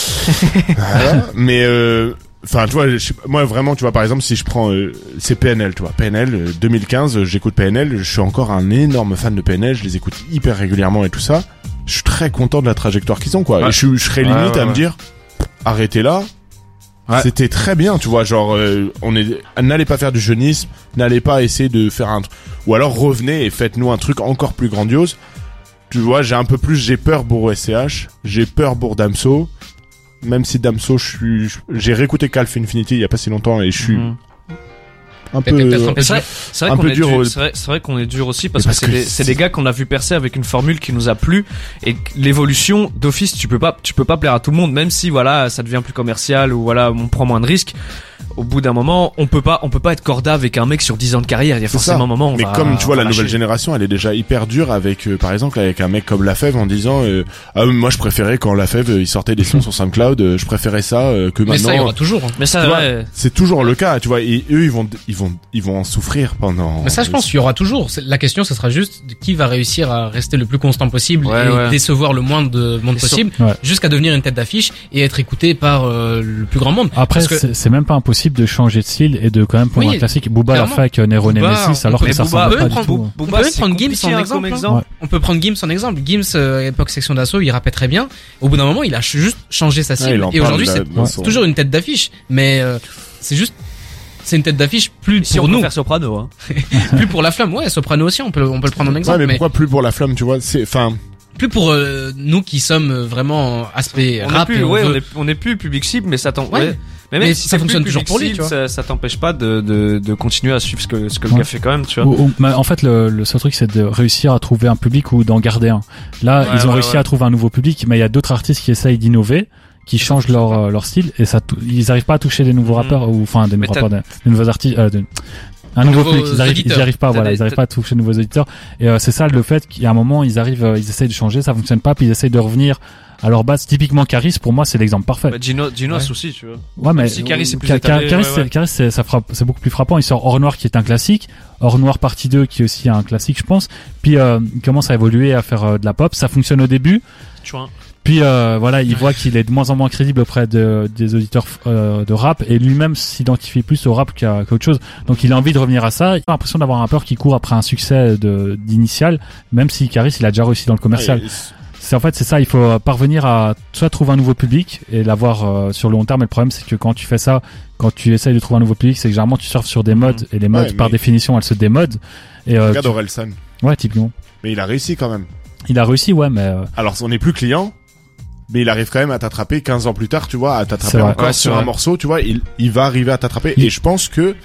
Speaker 3: Voilà. Mais euh, enfin, tu vois, je, moi vraiment, tu vois, par exemple, si je prends, euh, c'est P N L, tu vois, P N L, euh, deux mille quinze, euh, j'écoute P N L, je suis encore un énorme fan de P N L, je les écoute hyper régulièrement et tout ça. Je suis très content de la trajectoire qu'ils ont, quoi. Ouais. Et je, je serais limite ouais, ouais, à ouais. me dire, arrêtez là. Ouais. C'était très bien, tu vois, genre, euh, on est, n'allez pas faire du jeunisme, n'allez pas essayer de faire un truc, ou alors revenez et faites-nous un truc encore plus grandiose. Tu vois, j'ai un peu plus, j'ai peur pour S C H, j'ai peur pour Damso. Même si Damso, je suis, j'ai réécouté Calf Infinity il y a pas si longtemps et je suis mmh. un peu,
Speaker 6: euh, c'est vrai, c'est vrai un peu dur. dur c'est, vrai, c'est vrai qu'on est dur aussi parce, parce que, que c'est, des, c'est des gars qu'on a vu percer avec une formule qui nous a plu et l'évolution d'office, tu peux pas, tu peux pas plaire à tout le monde, même si voilà, ça devient plus commercial ou voilà, on prend moins de risques. Au bout d'un moment, on peut pas, on peut pas être corda avec un mec sur dix ans de carrière. Il y a c'est forcément ça. un moment. On
Speaker 3: Mais
Speaker 6: va,
Speaker 3: comme tu vois, la
Speaker 6: lâcher.
Speaker 3: nouvelle génération, elle est déjà hyper dure avec, euh, par exemple, avec un mec comme La Fève en disant, euh, ah moi je préférais quand La Fève il sortait des sons sur SoundCloud, euh, je préférais ça euh, que
Speaker 2: Mais
Speaker 3: maintenant.
Speaker 2: Mais ça il y aura toujours. Hein.
Speaker 6: Mais ça,
Speaker 3: vois,
Speaker 6: ouais.
Speaker 3: c'est toujours le cas, tu vois. Et eux, ils vont, ils vont, ils vont en souffrir pendant.
Speaker 2: Mais ça, je pense qu'il y aura toujours. La question, ce sera juste qui va réussir à rester le plus constant possible
Speaker 6: ouais,
Speaker 2: et
Speaker 6: ouais.
Speaker 2: décevoir le moins de monde et possible,
Speaker 5: sur... ouais.
Speaker 2: jusqu'à devenir une tête d'affiche et être écouté par euh, le plus grand monde.
Speaker 5: Après,
Speaker 2: Parce que...
Speaker 5: c'est, c'est même pas impossible de changer de style et de quand même prendre oui, un classique. Booba l'a fait avec Nero Nemesis, alors que ça ressemble pas du tout.
Speaker 2: On peut même prendre Gims en exemple. exemple. On peut prendre Gims en exemple. Gims, euh, époque section d'assaut, il rappait très bien. Au bout d'un moment, il a juste changé sa cible.
Speaker 3: Ouais,
Speaker 2: et aujourd'hui, c'est, ouais. c'est toujours une tête d'affiche. Mais euh, c'est juste, c'est une tête d'affiche plus
Speaker 6: si
Speaker 2: pour
Speaker 6: on
Speaker 2: nous.
Speaker 6: Peut faire Soprano, hein.
Speaker 2: Plus pour la flamme. Ouais, Soprano aussi, on peut, on peut le prendre en exemple.
Speaker 3: Ouais, mais,
Speaker 2: mais
Speaker 3: pourquoi plus pour la flamme, tu vois? C'est, enfin.
Speaker 2: Plus pour euh, nous qui sommes vraiment aspect
Speaker 6: on
Speaker 2: rap.
Speaker 6: Est plus,
Speaker 2: et on,
Speaker 6: ouais,
Speaker 2: veut...
Speaker 6: on est, on est plus public cible, mais ça t'en,
Speaker 2: ouais.
Speaker 6: ouais. Mais, même
Speaker 2: mais
Speaker 6: si
Speaker 2: ça fonctionne toujours pour lui,
Speaker 6: cible,
Speaker 2: tu vois.
Speaker 6: Ça, ça t'empêche pas de, de, de continuer à suivre ce que, ce que le
Speaker 5: ouais.
Speaker 6: gars fait quand même, tu vois.
Speaker 5: Ou, ou, mais en fait, le, le seul truc, c'est de réussir à trouver un public ou d'en garder un. Là, ouais, ils ont ouais, réussi ouais. à trouver un nouveau public, mais il y a d'autres artistes qui essayent d'innover. qui changent leur euh, leur style et ça tou- ils arrivent pas à toucher des nouveaux
Speaker 6: Mhm.
Speaker 5: rappeurs ou enfin des
Speaker 6: Mais
Speaker 5: nouveaux
Speaker 6: t'as-
Speaker 5: rappeurs, des, des nouveaux artistes, euh, de, un nouveau
Speaker 2: Nouveaux
Speaker 5: public. Ils arrivent, ils
Speaker 2: auditeurs.
Speaker 5: y arrivent pas,
Speaker 6: T'as
Speaker 5: voilà,
Speaker 6: des-
Speaker 5: ils arrivent
Speaker 6: t'as-
Speaker 5: pas à toucher de nouveaux auditeurs. Et euh, c'est ça le fait qu'à un moment ils arrivent, euh, ils essayent de changer, ça fonctionne pas, puis ils essayent de revenir à leur base. Typiquement Caris, pour moi, c'est l'exemple parfait.
Speaker 6: Bah, Gino, Ginos
Speaker 2: Ouais.
Speaker 6: aussi, tu vois.
Speaker 5: Ouais, mais
Speaker 6: Même si Caris est plus
Speaker 5: Ca- Ca-
Speaker 6: étalé,
Speaker 5: Caris,
Speaker 6: ouais,
Speaker 5: c'est-
Speaker 6: ouais.
Speaker 5: Caris, c'est, ça frappe, c'est beaucoup plus frappant. Il sort Or Noir qui est un classique, Or Noir partie deux qui est aussi un classique, je pense. Puis euh, il commence à évoluer, à faire euh, de la pop. Ça fonctionne au début.
Speaker 6: Tu vois.
Speaker 5: Puis euh, voilà, il voit qu'il est de moins en moins crédible auprès de, des auditeurs euh, de rap et lui-même s'identifie plus au rap qu'à, qu'à autre chose. Donc il a envie de revenir à ça. Il a l'impression d'avoir un rappeur qui court après un succès de, d'initial, même si Caris il a déjà réussi dans le commercial.
Speaker 3: Ouais,
Speaker 5: C'est en fait c'est ça, il faut euh, parvenir à soit trouver un nouveau public et l'avoir euh, sur le long terme. Et le problème c'est que quand tu fais ça, quand tu essayes de trouver un nouveau public, c'est que généralement tu surfes sur des modes et les modes
Speaker 3: Ouais,
Speaker 5: par
Speaker 3: mais-
Speaker 5: définition elles se démodent. Et euh,
Speaker 3: Regarde
Speaker 5: tu-
Speaker 3: Orelsan.
Speaker 5: ouais typiquement.
Speaker 3: Mais il a réussi quand même.
Speaker 5: Il a réussi ouais mais euh,
Speaker 3: Alors, on n'est plus client, mais il arrive quand même à t'attraper quinze ans plus tard, tu vois, à
Speaker 5: C'est
Speaker 3: t'attraper
Speaker 5: vrai.
Speaker 3: encore
Speaker 6: Ouais, c'est
Speaker 3: sur
Speaker 6: vrai.
Speaker 3: un morceau, tu vois, il, il va arriver à t'attraper.
Speaker 5: Il-
Speaker 3: Et je pense que,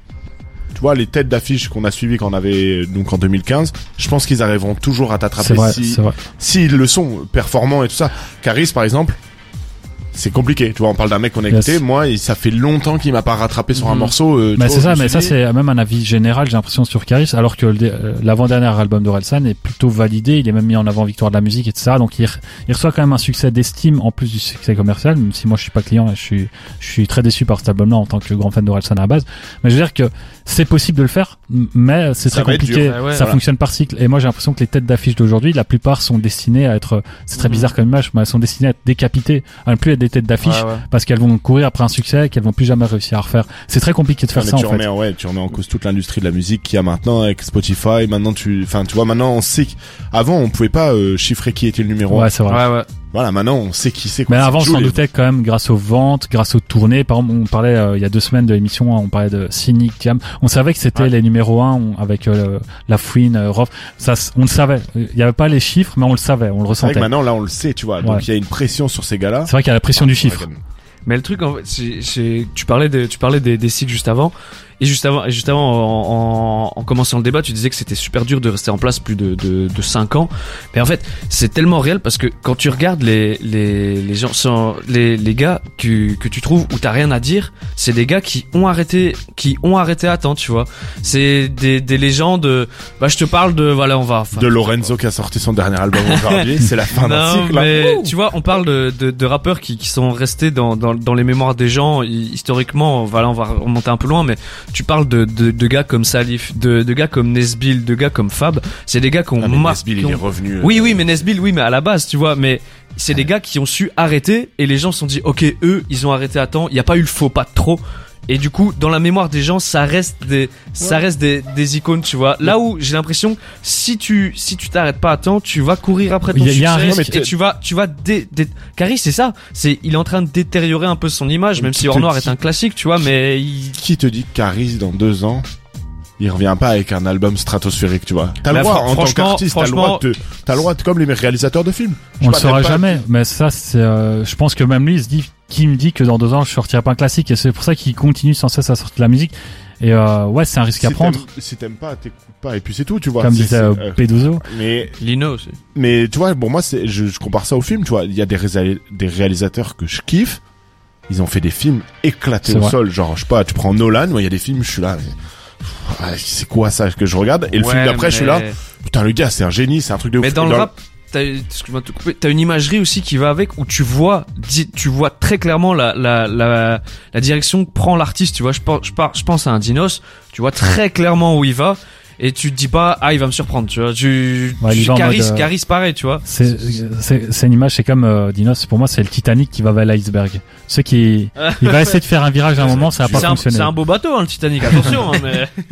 Speaker 3: tu vois, les têtes d'affiche qu'on a suivies quand on avait, donc en deux mille quinze, je pense qu'ils arriveront toujours à
Speaker 5: c'est
Speaker 3: t'attraper
Speaker 5: vrai,
Speaker 3: si,
Speaker 5: c'est vrai.
Speaker 3: s'ils le sont, performants et tout ça. Caris, par exemple, c'est compliqué. Tu vois, on parle d'un mec qu'on a
Speaker 5: Yes.
Speaker 3: écouté. Moi, il- ça fait longtemps qu'il m'a pas rattrapé sur un
Speaker 6: Mhm.
Speaker 3: morceau. euh, tu
Speaker 5: Mais
Speaker 3: vois,
Speaker 5: c'est
Speaker 3: je
Speaker 5: ça,
Speaker 3: me
Speaker 5: mais
Speaker 3: suis
Speaker 5: ça
Speaker 3: dit,
Speaker 5: c'est même un avis général, j'ai l'impression sur Caris, alors que le dé- euh, l'avant-dernier album d'Orelsan est plutôt validé, il est même mis en avant Victoire de la musique, et cetera. Donc il, re- il reçoit quand même un succès d'estime en plus du succès commercial, même si moi je suis pas client et je suis, je suis très déçu par cet album-là en tant que grand fan d'Orelsan à la base. Mais je veux dire que c'est possible de le faire, m- mais c'est
Speaker 3: Ça
Speaker 5: très
Speaker 3: va être
Speaker 5: compliqué,
Speaker 6: dur. Ouais, ouais,
Speaker 5: ça
Speaker 6: voilà.
Speaker 5: fonctionne par cycle. Et moi j'ai l'impression que les têtes d'affiche d'aujourd'hui, la plupart sont destinées à être, c'est très
Speaker 6: Mhm.
Speaker 5: bizarre comme image, mais elles sont destinées à être décapitées, à ne plus être des têtes d'affiche,
Speaker 6: Ouais, ouais.
Speaker 5: parce qu'elles vont courir après un succès qu'elles vont plus jamais réussir à refaire. C'est très compliqué de
Speaker 3: Ah,
Speaker 5: faire
Speaker 3: mais
Speaker 5: ça
Speaker 3: tu
Speaker 5: en fait.
Speaker 3: remets, ouais, tu remets en cause toute l'industrie de la musique qu'il y a maintenant avec Spotify. Maintenant, tu, enfin, tu vois, maintenant on sait. qu'- Avant, on pouvait pas euh, chiffrer qui était le numéro un.
Speaker 5: Ouais, c'est vrai.
Speaker 6: Ouais, ouais.
Speaker 3: Voilà, maintenant on sait qui c'est. quoi.
Speaker 5: Mais
Speaker 3: C'est
Speaker 5: avant, on
Speaker 3: Jul
Speaker 5: s'en
Speaker 3: et-
Speaker 5: doutait quand même grâce aux ventes, grâce aux tournées. Par exemple, on parlait euh, il y a deux semaines de l'émission, hein, on parlait de Cynic, Jam. On savait que c'était
Speaker 6: Ouais.
Speaker 5: les numéros un on- avec euh, La Fouine, euh, Rof. Ça, s- on le savait. Il y avait pas les chiffres, mais on le savait, on le
Speaker 3: C'est vrai
Speaker 5: ressentait.
Speaker 3: que maintenant, là, on le sait, tu vois. Donc
Speaker 5: Ouais.
Speaker 3: il y a une pression sur ces gars-là.
Speaker 5: C'est vrai qu'il y a la pression du chiffre.
Speaker 6: Mais le truc, en fait, c'est, c'est, tu parlais de, tu parlais des, des cycles juste avant. Et juste avant, et juste avant, en, en, en commençant le débat, tu disais que c'était super dur de rester en place plus de, de, de cinq ans. Mais en fait, c'est tellement réel parce que quand tu regardes les, les, les gens, sans, les, les gars que, que tu trouves où t'as rien à dire, c'est des gars qui ont arrêté, qui ont arrêté à temps, tu vois. C'est des, des légendes, bah, je te parle de, voilà, on va, enfin,
Speaker 3: De Lorenzo qui a sorti son dernier album aujourd'hui, c'est la fin d'un
Speaker 6: non,
Speaker 3: cycle. hein.
Speaker 6: mais tu vois, on parle de, de, de rappeurs qui, qui sont restés dans, dans, dans les mémoires des gens. hi- Historiquement, voilà, on va remonter un peu loin, mais tu parles de, de, de gars comme Salif, de, de gars comme Nesbill, de gars comme Fab. C'est des gars qui ont
Speaker 3: Ah, mais
Speaker 6: mar-
Speaker 3: Nesbill,
Speaker 6: qui
Speaker 3: il est
Speaker 6: ont-
Speaker 3: revenu. euh,
Speaker 6: Oui, oui, mais Nesbill, oui, mais à la base, tu vois, mais c'est des gars qui ont su arrêter et les gens se sont dit, ok, eux, ils ont arrêté à temps. Il n'y a pas eu le faux pas de trop. Et du coup, dans la mémoire des gens, ça reste des, ça reste des, des icônes, tu vois. Là où j'ai l'impression, si tu, si tu t'arrêtes pas à temps, tu vas courir après ton
Speaker 5: Il y a- il y a un
Speaker 6: succès
Speaker 3: risque.
Speaker 6: et tu vas, tu vas dé, dé... Caris, c'est ça. C'est, il est en train de détériorer un peu son image, même
Speaker 3: Qui
Speaker 6: si
Speaker 3: te
Speaker 6: Or Noir
Speaker 3: dit-
Speaker 6: est un classique, tu vois, mais il...
Speaker 3: Qui te dit que Caris, dans deux ans, il revient pas avec un album stratosphérique, tu vois. T'as le
Speaker 6: Là,
Speaker 3: droit,
Speaker 6: fran-
Speaker 3: en tant
Speaker 6: franchement-
Speaker 3: qu'artiste, t'as le droit de, t'as le droit de, comme les réalisateurs de films. Je
Speaker 5: On le
Speaker 3: sais pas,
Speaker 5: saura
Speaker 3: t'aimes pas-
Speaker 5: jamais, mais ça, c'est, euh, je pense que même lui, il se dit, qui me dit que dans deux ans, je sortirai pas un classique, et c'est pour ça qu'il continue sans cesse à sortir de la musique. Et euh, ouais, c'est un risque
Speaker 3: Si
Speaker 5: à prendre,
Speaker 3: t'aimes- Si t'aimes pas, t'écoutes pas, et puis c'est tout, tu vois.
Speaker 5: comme
Speaker 3: C'est-
Speaker 5: disait
Speaker 3: c'est,
Speaker 5: euh,
Speaker 3: euh,
Speaker 5: P douze O.
Speaker 3: Mais,
Speaker 6: Lino aussi.
Speaker 3: mais tu vois, pour moi, c'est, je, je compare ça au film, tu vois. Il y a des, résa- des réalisateurs que je kiffe. Ils ont fait des films éclatés
Speaker 5: C'est
Speaker 3: au
Speaker 5: vrai.
Speaker 3: sol. Genre, je sais pas, tu prends Nolan, moi, il y a des films, je suis là. mais- Ah, c'est quoi ça que je regarde? Et le film
Speaker 6: Ouais,
Speaker 3: d'après, je suis là.
Speaker 6: mais-
Speaker 3: Putain, le gars, c'est un génie, c'est un truc de
Speaker 6: Mais
Speaker 3: ouf.
Speaker 6: dans
Speaker 3: Et
Speaker 6: le rap, t'as, excuse-moi de te couper, t'as une imagerie aussi qui va avec où tu vois, di- tu vois très clairement la, la, la, la direction que prend l'artiste, tu vois. Je pense, je, par- je pense à un Dinos, tu vois très clairement où il va et tu te dis pas, ah, il va me surprendre, tu vois. Tu,
Speaker 5: Ouais, il
Speaker 6: tu
Speaker 5: va en
Speaker 6: Caris,
Speaker 5: mode, euh,
Speaker 6: Caris pareil, tu vois.
Speaker 5: C'est, c'est, c'est une image, c'est comme euh, Dinos, pour moi, c'est le Titanic qui va vers l'iceberg. Ce qui, il va essayer de faire un virage à un moment, ça va
Speaker 6: C'est
Speaker 5: pas
Speaker 6: un,
Speaker 5: fonctionner.
Speaker 6: c'est un beau bateau, hein, le Titanic, attention, hein, mais.